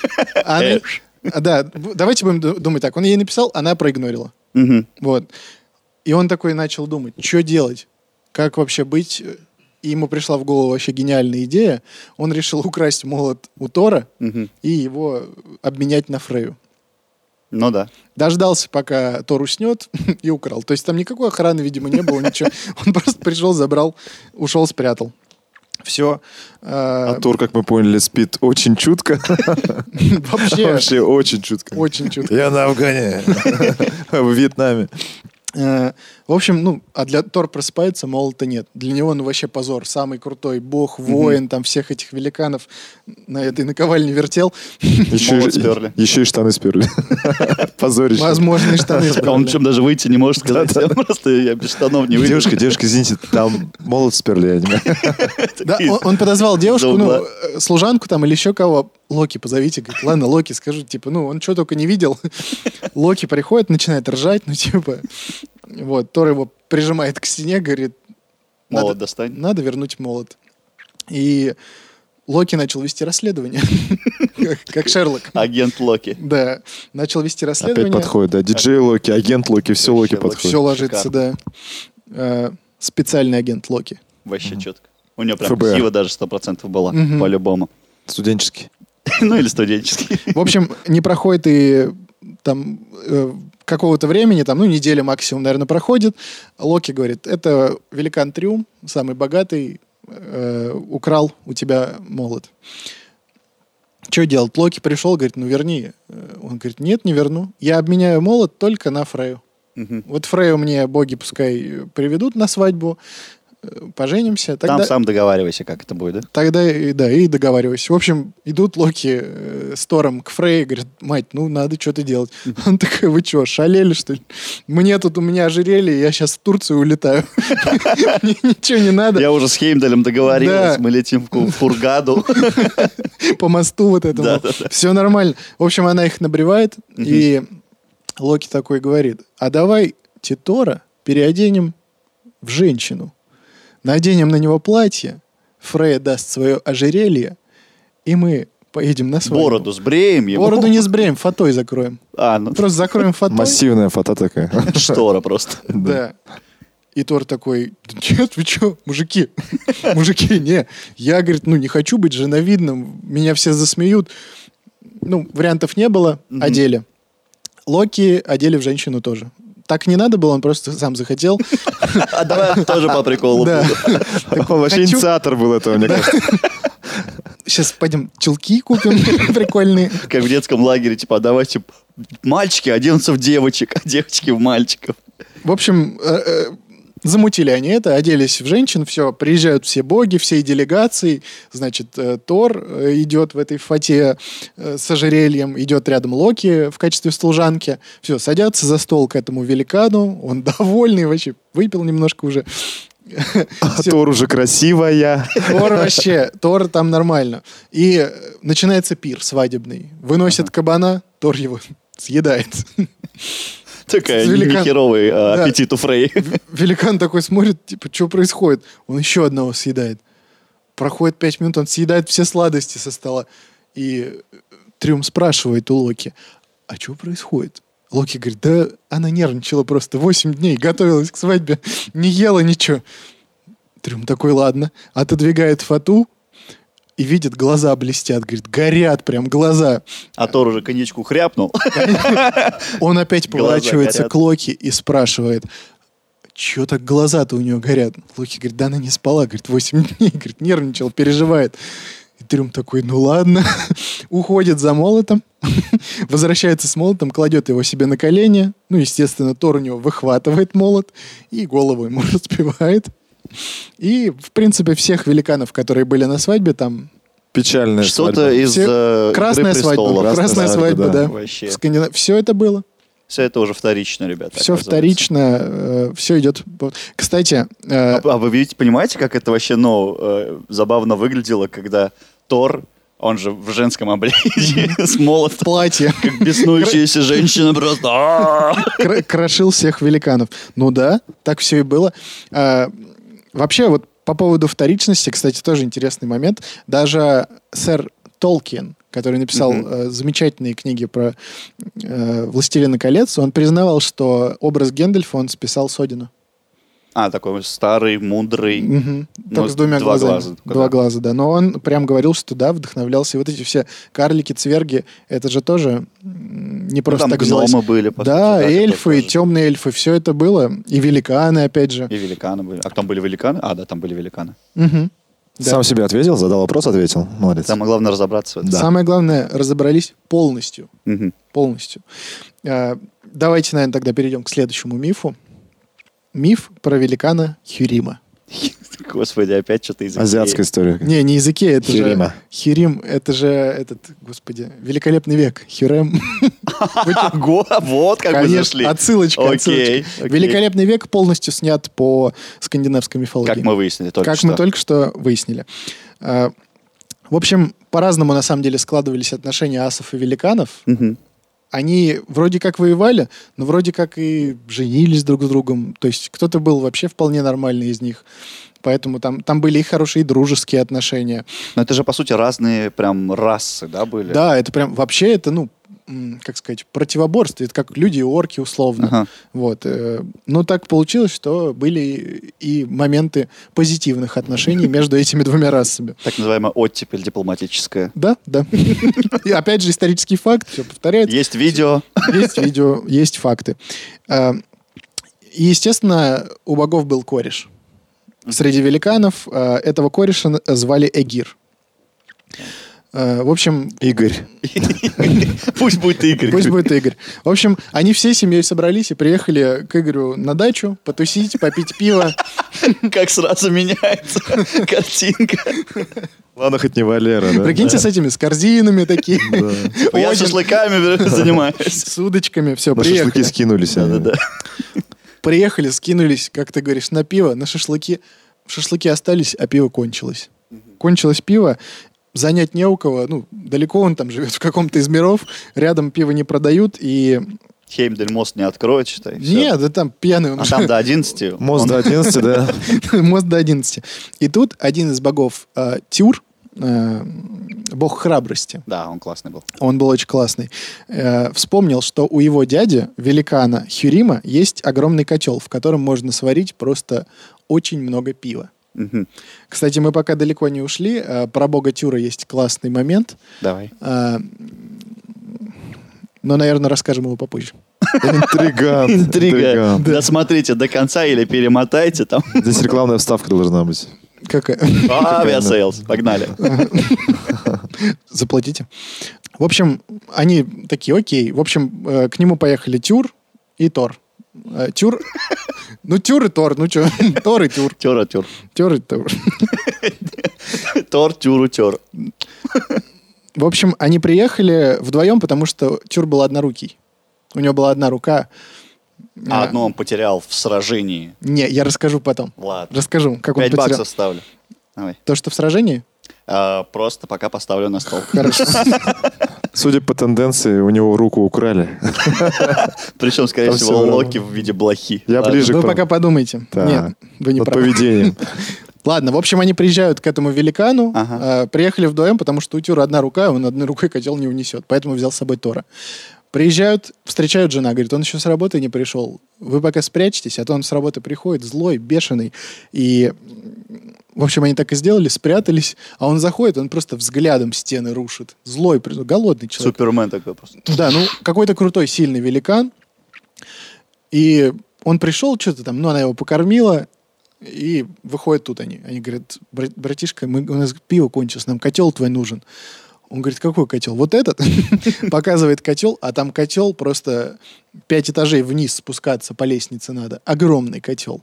Да, давайте будем думать так. Он ей написал, она проигнорила. Вот. И он такой начал думать, что делать? Как вообще быть? И ему пришла в голову вообще гениальная идея. Он решил украсть молот у Тора и его обменять на Фрейю. Ну да. Дождался, пока Тор уснет, и украл. То есть там никакой охраны, видимо, не было, ничего. Он просто пришел, забрал, ушел, спрятал. Все. А Тор, как мы поняли, спит очень чутко. Вообще очень чутко. Очень чутко. Я на Афгане. В Вьетнаме. В общем, ну, а для Тор просыпается, молота нет. Для него, ну, вообще позор. Самый крутой бог, воин, там, всех этих великанов на этой наковальне вертел. Еще и штаны сперли. Позорище. Возможно, и штаны сперли. Он причем даже выйти не может сказать. Просто я без штанов не выйду. Девушка, извините, там молот сперли, я не понимаю. Да, он подозвал девушку, ну, служанку там или еще кого. Локи позовите. Говорит, ладно, Локи, скажу, типа, ну, он что только не видел. Локи приходит, начинает ржать, ну, типа... Вот, Тор его прижимает к стене, говорит... Молот достань. Надо вернуть молот. И Локи начал вести расследование. Как Шерлок. Агент Локи. Да, начал вести расследование. Опять подходит, да. Диджей Локи, агент Локи, все Локи подходит. Все ложится, да. Специальный агент Локи. Вообще четко. У него прям ксива даже 100% была, по-любому. Студенческий. Ну или студенческий. В общем, не проходит и там какого-то времени, там, ну, неделя максимум, наверное, проходит. Локи говорит, это великан Трюм, самый богатый, украл у тебя молот. Что делать? Локи пришел, говорит, ну, верни. Он говорит, нет, не верну. Я обменяю молот только на Фрейю. Вот Фрейю мне боги пускай приведут на свадьбу, поженимся. Тогда... Там сам договаривайся, как это будет, да? Тогда, да, и договаривайся. В общем, идут Локи с Тором к Фрейе, говорят, мать, ну, надо что-то делать. Он такой, вы что, шалели, что ли? У меня ожерелье, я сейчас в Турцию улетаю. Мне ничего не надо. Я уже с Хеймдалем договорилась, мы летим в Фургаду. По мосту вот этому. Все нормально. В общем, она их набревает, и Локи такой говорит, а давайте Тора переоденем в женщину. Наденем на него платье, Фрейя даст свое ожерелье, и мы поедем на свадьбу. Бороду сбреем его. Бороду не сбреем, фатой закроем. Ну... Просто закроем фатой. Массивная фата такая. Штора просто. Да. И Тор такой, нет, вы что, мужики? Мужики, не. Я, говорит, ну не хочу быть женовидным, меня все засмеют. Ну, вариантов не было, одели. Локи одели в женщину тоже. Так не надо было, он просто сам захотел. А давай тоже по приколу. Да. Он вообще инициатор был этого, мне кажется. Сейчас пойдем чулки купим прикольные. Как в детском лагере, типа, а давайте мальчики оденутся в девочек, а девочки в мальчиков. В общем, Замутили они это, оделись в женщин, все, приезжают все боги, всей делегацией, значит, Тор идет в этой фате с ожерельем, идет рядом Локи в качестве служанки, все, садятся за стол к этому великану, он довольный вообще, выпил немножко уже. Тор уже красивая. Тор там нормально. И начинается пир свадебный. Выносят кабана, Тор его съедает. Такая нехеровый аппетит у Фрей. Великан такой смотрит, типа, что происходит? Он еще одного съедает. Проходит 5 минут, он съедает все сладости со стола. И Трюм спрашивает у Локи, а что происходит? Локи говорит, да она нервничала просто 8 дней, готовилась к свадьбе, не ела ничего. Трюм такой, ладно. Отодвигает фату и видит, глаза блестят. Говорит, горят прям глаза. А Тор уже коньячку хряпнул. Он опять поворачивается к Локи и спрашивает, чё так глаза-то у него горят? Локи говорит, да она не спала, говорит, 8 дней, говорит, нервничал, переживает. И Трюм такой, ну ладно. Уходит за молотом, возвращается с молотом, кладет его себе на колени. Ну, естественно, Тор у него выхватывает молот и голову ему разбивает. И, в принципе, всех великанов, которые были на свадьбе, там... Печальная что-то из Красная свадьба. Красная свадьба, да. Вообще. Все это было. Все это уже вторично, ребята. Все вторично, все идет... Кстати... А вы видите, понимаете, как это вообще, забавно выглядело, когда Тор, он же в женском обличии, с молотом. В платье. Как беснующаяся женщина просто... Крошил всех великанов. Ну да, так все и было. Вообще, вот по поводу вторичности, кстати, тоже интересный момент. Даже сэр Толкин, который написал замечательные книги про «Властелина колец», он признавал, что образ Гэндальфа он списал с Одина. Такой старый, мудрый. Только с двумя глазами. Два глаза, да. Но он прям говорил, что да, вдохновлялся. И вот эти все карлики, цверги, это же тоже не просто так взялось. Гномы были, по да, сути, эльфы, темные эльфы, все это было. И великаны, опять же. И великаны были. А там были великаны? Да, там были великаны. Да. Сам себе ответил, задал вопрос, ответил. Молодец. Самое главное разобраться в этом. Да. Самое главное, разобрались полностью. Полностью. Давайте, наверное, тогда перейдем к следующему мифу. Миф про великана Хюрима. Господи, опять что-то из Икеи. Азиатская история. Не из Икеи, это Хюрима. же... Хюрим, это же господи, великолепный век. Хюрем. Вот как вы зашли. Отсылочка. Великолепный век полностью снят по скандинавской мифологии. Как мы выяснили только что. Как мы только что выяснили. В общем, по-разному на самом деле складывались отношения асов и великанов. Они вроде как воевали, но вроде как и женились друг с другом. То есть кто-то был вообще вполне нормальный из них. Поэтому там были и хорошие дружеские отношения. Но это же, по сути, разные прям расы, да, были? Да, это прям... Вообще это, как сказать, противоборство. Это как люди и орки, условно. Вот. Но так получилось, что были и моменты позитивных отношений между этими двумя расами. Так называемая оттепель дипломатическая. Да. И опять же исторический факт, все повторяется. Есть видео. Есть видео, есть факты. И, естественно, у богов был кореш. Среди великанов этого кореша звали Эгир. В общем... Игорь. Пусть будет Игорь. Пусть будет Игорь. В общем, они всей семьей собрались и приехали к Игорю на дачу потусить, попить пиво. Как сразу меняется картинка. Ладно, хоть не Валера, да? Прикиньте, с корзинами такие. Я шашлыками занимаюсь. С удочками, все, приехали. На шашлыки скинулись. Да. Приехали, скинулись, как ты говоришь, на пиво, на шашлыки. Шашлыки остались, а пиво кончилось. Кончилось пиво. Занять не у кого, далеко он там живет, в каком-то из миров, рядом пиво не продают, и... Хеймдаль мост не откроет, считай. Нет, да там пьяный он. Там до 11. Мост до 11, да. Мост до 11. И тут один из богов, Тюр, бог храбрости. Да, он классный был. Он был очень классный. Вспомнил, что у его дяди, великана Хюрима, есть огромный котел, в котором можно сварить просто очень много пива. Кстати, мы пока далеко не ушли. Про бога Тюра есть классный момент. Давай. Но, наверное, расскажем его попозже. Интрига. Досмотрите до конца или перемотайте там. Здесь рекламная вставка должна быть. Какая? Авиасейлс. Погнали. Заплатите. В общем, они такие, окей. В общем, к нему поехали Тюр и Тор. Тюр... Ну, Тюр и Тор, ну что? Тор и Тюр. Тёр. Тюр и Тор. Тор, тюру, тёр. В общем, они приехали вдвоем, потому что Тюр был однорукий. У него была одна рука. А одну он потерял в сражении. Не, я расскажу потом. Ладно. Расскажу, как он 5 потерял. баксов ставлю. Давай. То, что в сражении? Просто пока поставлю на стол. Хорошо. Судя по тенденции, у него руку украли. Причем, скорее Там всего, всё Локи в виде блохи. Я Ладно. ближе Вы к пока подумайте. Да. Нет, вы не над правы. поведением. Ладно, в общем, они приезжают к этому великану, Ага. приехали вдвоем, потому что у Тюра одна рука, он одной рукой котел не унесет, поэтому взял с собой Тора. Приезжают, встречают жена, говорит, он еще с работы не пришел, вы пока спрячьтесь, а то он с работы приходит злой, бешеный, и, в общем, они так и сделали, спрятались, а он заходит, он просто взглядом стены рушит, злой, голодный человек. Супермен такой просто. Да, ну, какой-то крутой, сильный великан, и он пришел, что-то там, ну, она его покормила, и выходят тут они. Они говорят, братишка, у нас пиво кончилось, нам котел твой нужен. Он говорит, какой котел? Вот этот? Показывает котел, а там котел просто 5 этажей вниз спускаться по лестнице надо. Огромный котел.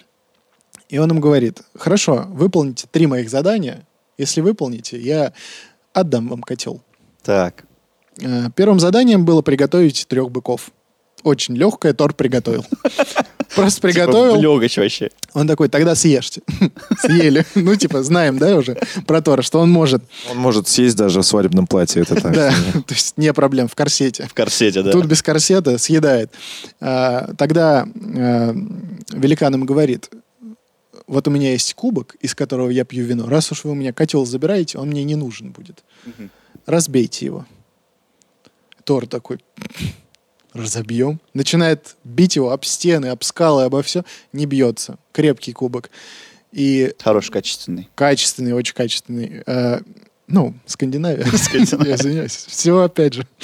И он им говорит, хорошо, выполните 3 моих задания. Если выполните, я отдам вам котел. Так. Первым заданием было приготовить 3 быков. Очень легкое, Тор приготовил. Просто приготовил. Лёгач вообще. Он такой, тогда съешьте. Съели. Ну, типа, знаем, да, уже про Тора, что он может. Он может съесть даже в свадебном платье. Это так. Да, то есть не проблем, в корсете. В корсете, да. Тут без корсета съедает. Тогда великан им говорит, вот у меня есть кубок, из которого я пью вино. Раз уж вы у меня котел забираете, он мне не нужен будет. Разбейте его. Тор такой... Разобьем. Начинает бить его об стены, об скалы, обо все. Не бьется. Крепкий кубок. И Хороший, качественный. качественный, очень качественный. Ну, Скандинавия. Я извиняюсь. Все опять же.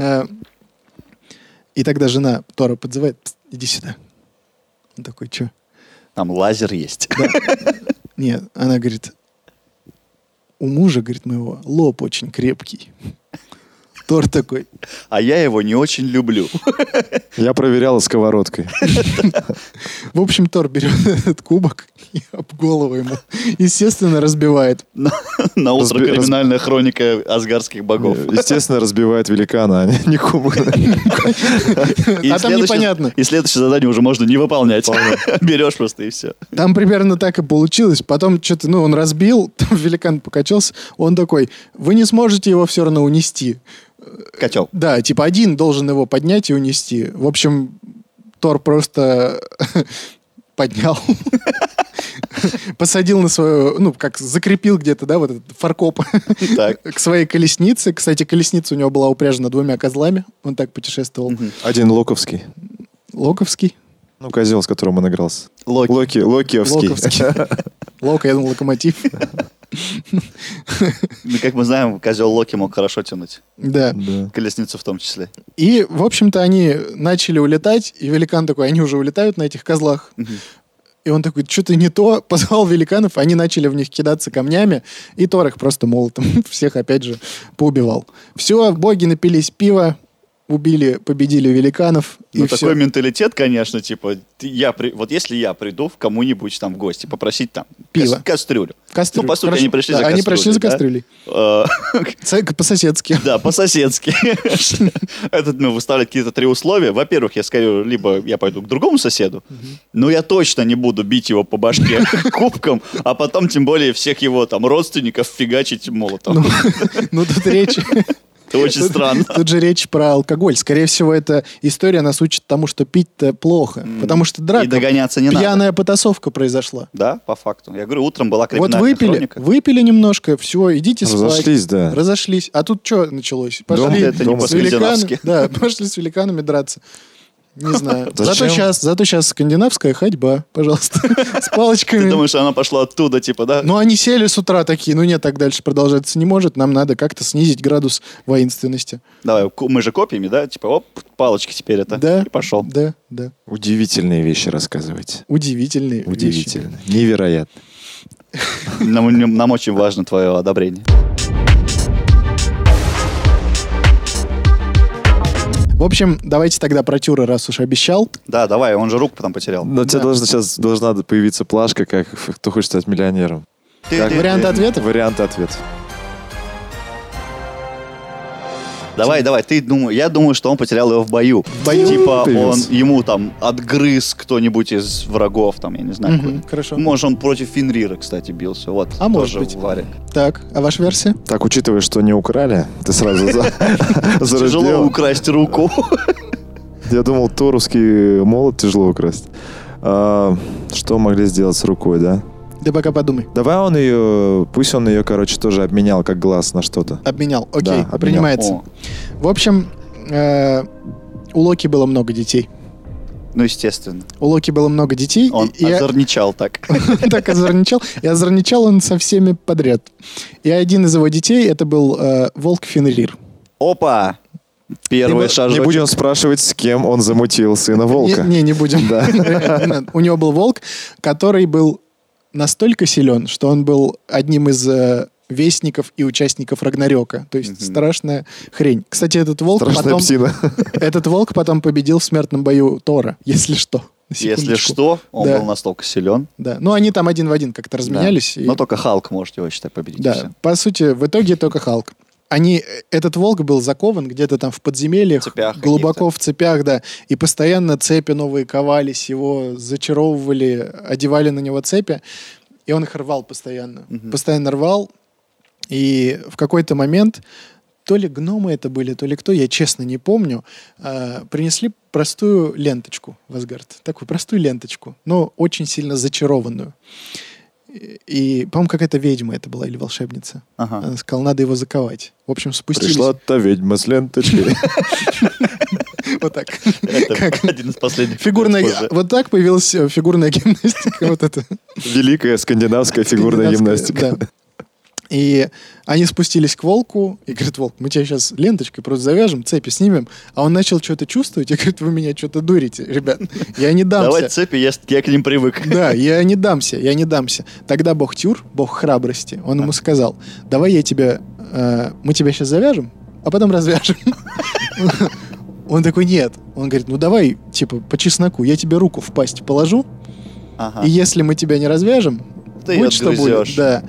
И тогда жена Тора подзывает. Иди сюда. Он такой, что? Там лазер есть. Нет, она говорит, у мужа, говорит, моего лоб очень крепкий. Тор такой. А я его не очень люблю. Я проверяла сковородкой. В общем, Тор берет этот кубок и об голову ему, естественно, разбивает. На утро криминальная хроника асгарских богов. Естественно, разбивает великана, а не кубок. А там непонятно. И следующее задание уже можно не выполнять. Берешь просто и все. Там примерно так и получилось. Потом что-то, ну, он разбил, там великан покачался. Он такой, вы не сможете его все равно унести. Котел. Да, типа один должен его поднять и унести. В общем, Тор просто поднял, посадил на свою, ну, как закрепил где-то, да, вот этот фаркоп к своей колеснице. Кстати, колесница у него была упряжена 2 козлами. Он так путешествовал. Один локовский. Локовский? Ну, козел, с которым он игрался. Локи. Локиевский. Лока, я думал, локомотив. Ну, как мы знаем, козел Локи мог хорошо тянуть. Да. Колесницу в том числе. И, в общем-то, они начали улетать, и великан такой, они уже улетают на этих козлах. И он такой, что-то не то, позвал великанов, они начали в них кидаться камнями, и Тор их просто молотом всех, опять же, поубивал. Все, боги напились пива, убили, победили великанов. Ну, и такой все. менталитет, конечно, типа, вот если я приду к кому-нибудь там в гости, попросить там пиво. Кастрюлю. Кастрюлю. Ну, по сути, Хорошо. они пришли Да, за они кастрюлей. пришли за кастрюлей. По-соседски. Да, по-соседски. Этот, выставлять какие-то 3 условия. Во-первых, я скажу, либо я пойду к другому соседу, но я точно не буду бить его по башке кубком, а потом, тем более, всех его там родственников фигачить молотом. Ну, тут речь... Это очень странно. Тут же речь про алкоголь. Скорее всего, эта история нас учит тому, что пить-то плохо. Потому что драка, И догоняться не надо. пьяная потасовка произошла. Да, по факту. Я говорю, утром была Вот криминальная хроника. выпили немножко, все, идите спать. Разошлись, да. Разошлись. А тут что началось? Дома Пошли это не с великанами. по-скандинавски. Да, пошли с великанами драться. Не знаю. Зачем? Зато сейчас скандинавская ходьба, пожалуйста, с Ты палочками. думаешь, она пошла оттуда, типа, да? Ну, они сели с утра такие, ну нет, так дальше продолжаться не может, нам надо как-то снизить градус воинственности. Давай, мы же копьями, да? Типа, оп, палочки теперь это. Да. И пошел. Да, да. Удивительные вещи рассказываете. Удивительные вещи. Удивительно. Невероятно. Нам очень важно твое одобрение. В общем, давайте тогда про Тюра, раз уж обещал. Да, давай, он же руку потом потерял. Но тебе должна появиться плашка, как «Кто хочет стать миллионером». Варианты ответов? Варианты ответов. Давай, я думаю, что он потерял его в бою. В бою? Типа Появился. ему там отгрыз кто-нибудь из врагов, там, я не знаю. Хорошо. Может, он против Фенрира, кстати, бился. Вот, А может тоже быть. в варе. Так, а ваша версия? Так, учитывая, что не украли, ты сразу Тяжело зарубил. украсть руку. Я думал, торусский молот тяжело украсть. Что могли сделать с рукой, да? Ты пока подумай. Давай пусть он ее, короче, тоже обменял как глаз на что-то. Обменял. Окей, Да, обменял. принимается. О, В общем, у Локи было много детей. ну, естественно. У Локи было много детей. Он озорничал так. Так озорничал. И озорничал он со всеми подряд. И один из его детей, это был волк Фенрир. Опа! Первый Ты шажок. Не будем спрашивать, с кем он замутил сына волка. Не будем. Не надо. У него был волк, который был настолько силен, что он был одним из вестников и участников Рагнарёка. То есть страшная хрень. Кстати, этот волк Страшная псина. потом победил в смертном бою Тора, если что. На Если секундочку. что, он Да. был настолько силен. Да. Ну, они там один в один как-то разменялись. и- Но только Халк может его, считай, победить. и Да, всё. по сути, в итоге только Халк. Этот волк был закован где-то там в подземельях, В цепях глубоко в цепях, да, и постоянно цепи новые ковались, его зачаровывали, одевали на него цепи, и он их рвал постоянно. Постоянно рвал, и в какой-то момент, то ли гномы это были, то ли кто, я честно не помню, принесли простую ленточку в Асгард. Такую простую ленточку, но очень сильно зачарованную. И, по-моему, какая-то ведьма это была или волшебница. Ага. Она сказала, надо его заковать. В общем, спустились. Пришла та ведьма с ленточкой. Вот так. Это один из последних. Фигурная... позже. Вот так появилась фигурная гимнастика. Вот это. Великая скандинавская фигурная гимнастика. Да. И они спустились к волку и говорят, волк, мы тебя сейчас ленточкой просто завяжем, цепи снимем. А он начал что-то чувствовать и говорит, вы меня что-то дурите, ребят. Я не дамся. Давай цепи, я к ним привык. Да, я не дамся. Тогда бог Тюр, бог храбрости, он ему сказал, давай мы тебя сейчас завяжем, а потом развяжем. Он такой, нет. Он говорит, ну давай, типа, по чесноку, я тебе руку в пасть положу, Ага. и если мы тебя не развяжем, Ты её будь что будет. отгрызёшь. Да.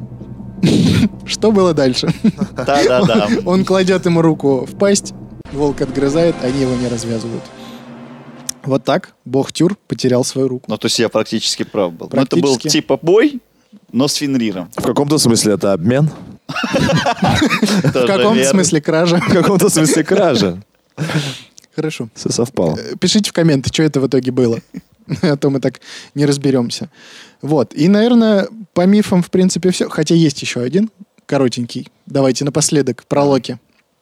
Что было дальше? Да-да-да. Он кладет ему руку в пасть, волк отгрызает, они его не развязывают. Вот так бог Тюр потерял свою руку. Ну, то есть я практически прав был. Ну, это был Практически. типа бой, но с Фенриром. В каком-то смысле это обмен, В каком смысле кража? в каком-то смысле кража. Хорошо. Все совпало. Пишите в комменты, что это в итоге было. А то мы так не разберемся. Вот. И, наверное, по мифам, в принципе, все. Хотя есть еще один, коротенький. Давайте напоследок про Локи.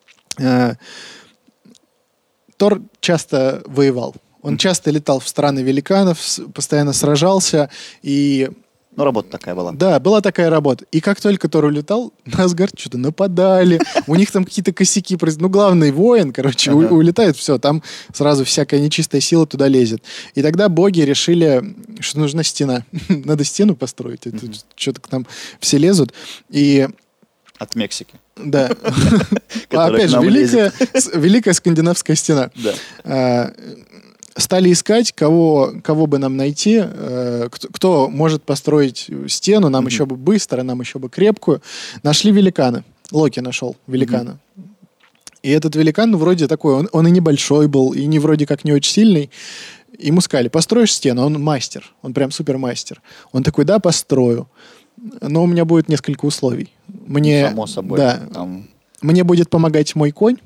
Тор часто воевал. Он часто летал в страны великанов, постоянно сражался. И Ну, работа такая была. да, была такая работа. И как только Тор улетал, на Асгард что-то нападали. У них там какие-то косяки произошли. Ну, главный воин, короче, улетает, все, там сразу всякая нечистая сила туда лезет. И тогда боги решили, что нужна стена. Надо стену построить. Это что-то к нам все лезут. И От Мексики. да. Которая Опять к же, нам великая скандинавская стена. Да. Стали искать, кого бы нам найти, кто может построить стену, нам еще бы быстро, нам еще бы крепкую. Нашли великана. Локи нашел великана. И этот великан, ну, вроде такой, он и небольшой был, и не вроде как не очень сильный. Ему сказали, построишь стену, он мастер, он прям супермастер. Он такой, да, построю. Но у меня будет несколько условий. Мне, Само собой. Да, Там мне будет помогать мой конь,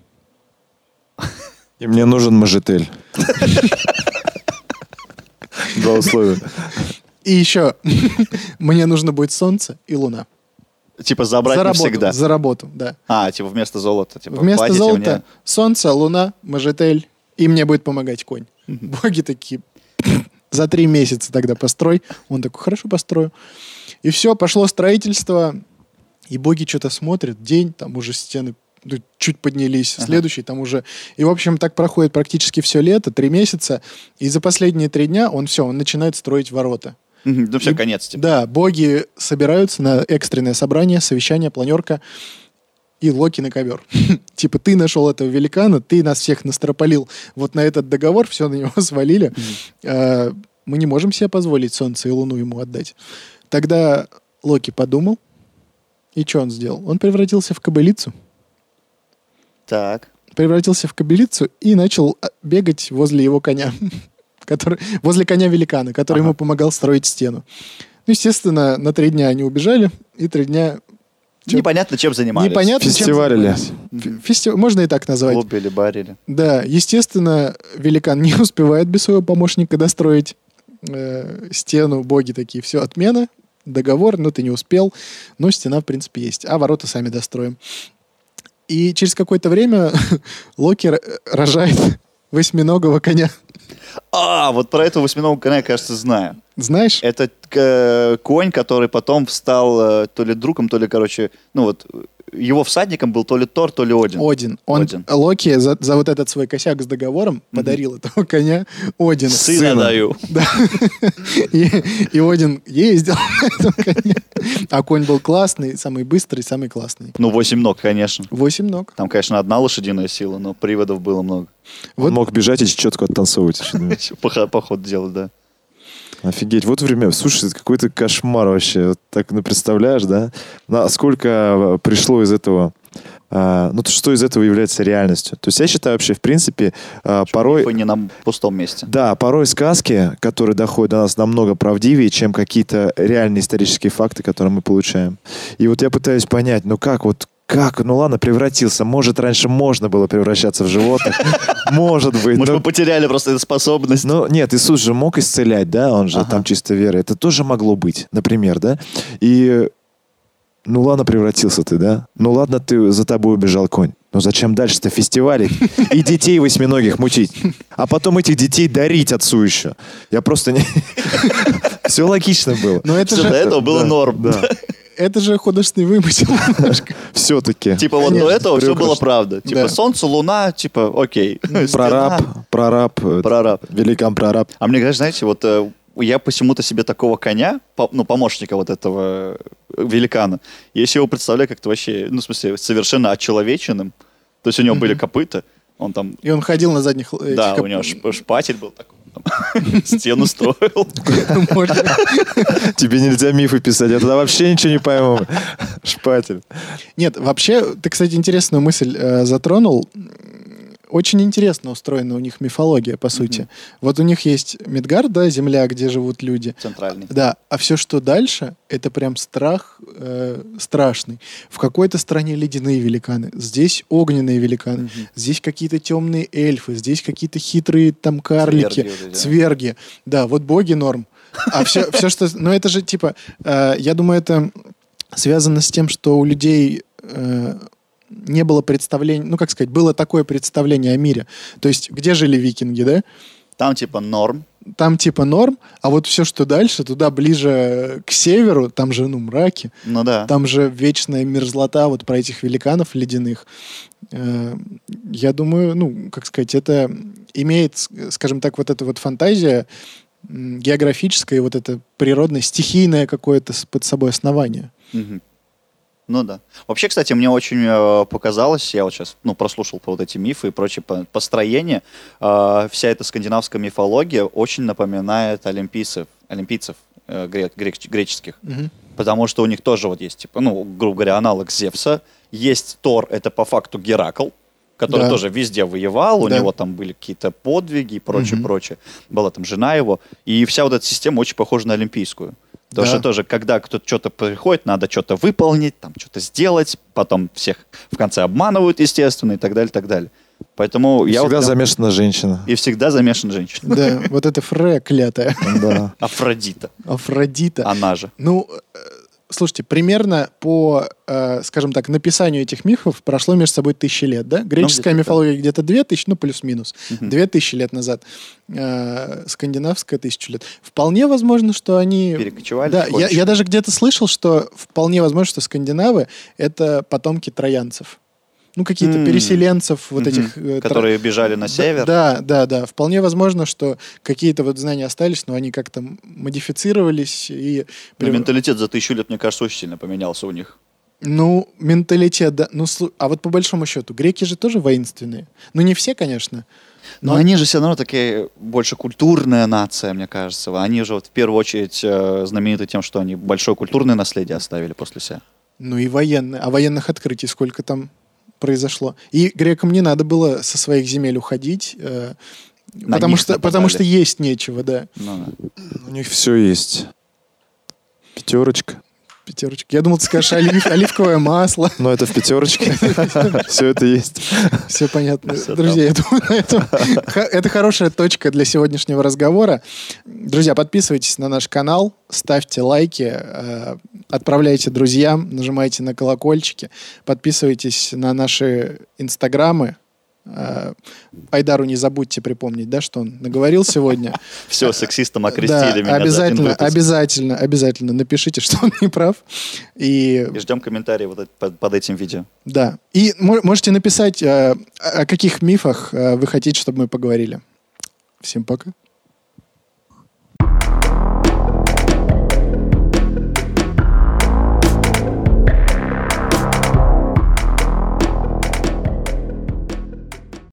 И мне нужен мажетель. Два условия. и еще мне нужно будет солнце и луна. типа забрать За работу, навсегда. за работу, да. Типа вместо золота. Типа, Вместо платите золота мне. солнце, луна, мажетель, и мне будет помогать конь. Боги такие, за 3 месяца тогда построй. Он такой, хорошо, построю. И все, пошло строительство, и боги что-то смотрят, день, там уже стены чуть поднялись, следующий там уже. И, в общем, так проходит практически все лето, 3 месяца, и за последние 3 дня он начинает строить ворота. Ну все, конец. Типа. Да, боги собираются на экстренное собрание, совещание, планерка, и Локи на ковер. Типа, ты нашел этого великана, ты нас всех настропалил вот на этот договор, все на него свалили. Мы не можем себе позволить Солнце и Луну ему отдать. Тогда Локи подумал, и что он сделал? Он превратился в кобылицу. Так. Превратился в кобылицу и начал бегать возле его коня. Возле коня великана, который ему помогал строить стену. Ну, естественно, на 3 дня они убежали, и 3 дня... Непонятно, чем занимались. Непонятно, фестивалили. Можно и так назвать. Клубили, барили. Да, естественно, великан не успевает без своего помощника достроить стену. Боги такие, все, отмена, договор, но ты не успел. Но стена, в принципе, есть. А ворота сами достроим. И через какое-то время Локи рожает 8-ногого коня. Вот про этого 8-ногого коня, я, кажется, знаю. Знаешь? Это конь, который потом стал то ли другом, то ли, его всадником был то ли Тор, то ли Один. Один. Локи за вот этот свой косяк с договором подарил этого коня Одину. Сына даю. Да. И Один ездил на этом коне. А конь был классный, самый быстрый, самый классный. 8 ног, конечно. 8 ног. Там, конечно, одна лошадиная сила, но приводов было много. Он мог бежать и четко оттанцовывать. Поход делать, да. Офигеть, вот время. Слушай, это какой-то кошмар вообще. Вот так, представляешь, да? Сколько пришло из этого... что из этого является реальностью? То есть я считаю вообще, в принципе, порой... Не на пустом месте. Да, порой сказки, которые доходят до нас, намного правдивее, чем какие-то реальные исторические факты, которые мы получаем. И вот я пытаюсь понять, как? Ладно, превратился. Может, раньше можно было превращаться в животных. Может быть. Может, мы потеряли просто эту способность. Нет, Иисус же мог исцелять, да? Он же там чисто верой. Это тоже могло быть, например, да? И... ладно, превратился ты, да? Ладно, за тобой убежал конь. Но зачем дальше-то фестивалить и детей 8-ногих мучить? А потом этих детей дарить отцу еще. Я просто не... Все логично было. Но это же... До этого было норм. Да. Это же художественный вымысел немножко. Все-таки. Вот до этого все было правда. Солнце, луна, окей. Прораб. Великан прораб. А мне кажется, знаете, я почему-то себе такого коня, помощника вот этого великана, я себе его представляю как-то вообще, в смысле, совершенно очеловеченным. То есть у него были копыта, он там... И он ходил на задних... Да, у него шпатель был такой. Стену строил. Тебе нельзя мифы писать, я тогда вообще ничего не пойму. Шпатель. Нет, вообще, ты, кстати, интересную мысль затронул. Очень интересно устроена у них мифология, по сути. Вот у них есть Мидгард, да, земля, где живут люди. Центральный. Да, а все, что дальше, это прям страх страшный. В какой-то стране ледяные великаны, здесь огненные великаны, здесь какие-то темные эльфы, здесь какие-то хитрые там карлики, цверги. Да, вот боги норм. А все, что... это же типа... я думаю, это связано с тем, что у людей... не было представления, было такое представление о мире. То есть, где жили викинги, да? Там типа норм. А вот все, что дальше, туда ближе к северу, там же, мраки. Ну да. Там же вечная мерзлота вот про этих великанов ледяных. Я думаю, это имеет, скажем так, вот эта вот фантазия географическая, вот это природное, стихийное какое-то под собой основание. Ну да. Вообще, кстати, мне очень показалось, я вот сейчас прослушал по вот эти мифы и прочее построение, вся эта скандинавская мифология очень напоминает олимпийцев греческих. Потому что у них тоже вот есть, грубо говоря, аналог Зевса. Есть Тор, это по факту Геракл, который тоже везде воевал, у него там были какие-то подвиги и прочее. Была там жена его. И вся вот эта система очень похожа на олимпийскую. Потому что тоже, когда кто-то что-то приходит, надо что-то выполнить, там что-то сделать, потом всех в конце обманывают, естественно, и так далее, и так далее. Поэтому и всегда замешана женщина. И всегда замешана женщина. Да, вот это Фрея клятая. Афродита. Она же. Слушайте, примерно по, скажем так, написанию этих мифов прошло между собой 1000 лет, да? Греческая мифология где-то 2000, плюс-минус. 2000 лет назад. Скандинавская 1000 лет. Вполне возможно, что они... Перекочевали? Да, я даже где-то слышал, что вполне возможно, что скандинавы — это потомки троянцев. Какие-то переселенцев вот этих... Которые бежали на север. Да. Вполне возможно, что какие-то вот знания остались, но они как-то модифицировались и... Менталитет за 1000 лет, мне кажется, очень сильно поменялся у них. Ну, менталитет, да. Ну, а вот по большому счету, греки же тоже воинственные. Ну, не все, конечно. Но они же все равно такие больше культурная нация, мне кажется. Они же вот в первую очередь знамениты тем, что они большое культурное наследие оставили после себя. Ну и военные. А военных открытий сколько там произошло? И грекам не надо было со своих земель уходить, потому что есть нечего, да. Ну, да. У них все есть. Пятерочка. Я думал, ты скажешь оливковое масло. Но это в пятерочке. Все это есть. Все понятно. Друзья, я думаю, это хорошая точка для сегодняшнего разговора. Друзья, подписывайтесь на наш канал, ставьте лайки, отправляйте друзьям, нажимайте на колокольчики, подписывайтесь на наши инстаграмы. Айдару не забудьте припомнить, да, что он наговорил сегодня. Все, сексистом окрестили меня. Обязательно напишите, что он не прав. И ждем комментарии под этим видео. Да. И можете написать, о каких мифах вы хотите, чтобы мы поговорили. Всем пока.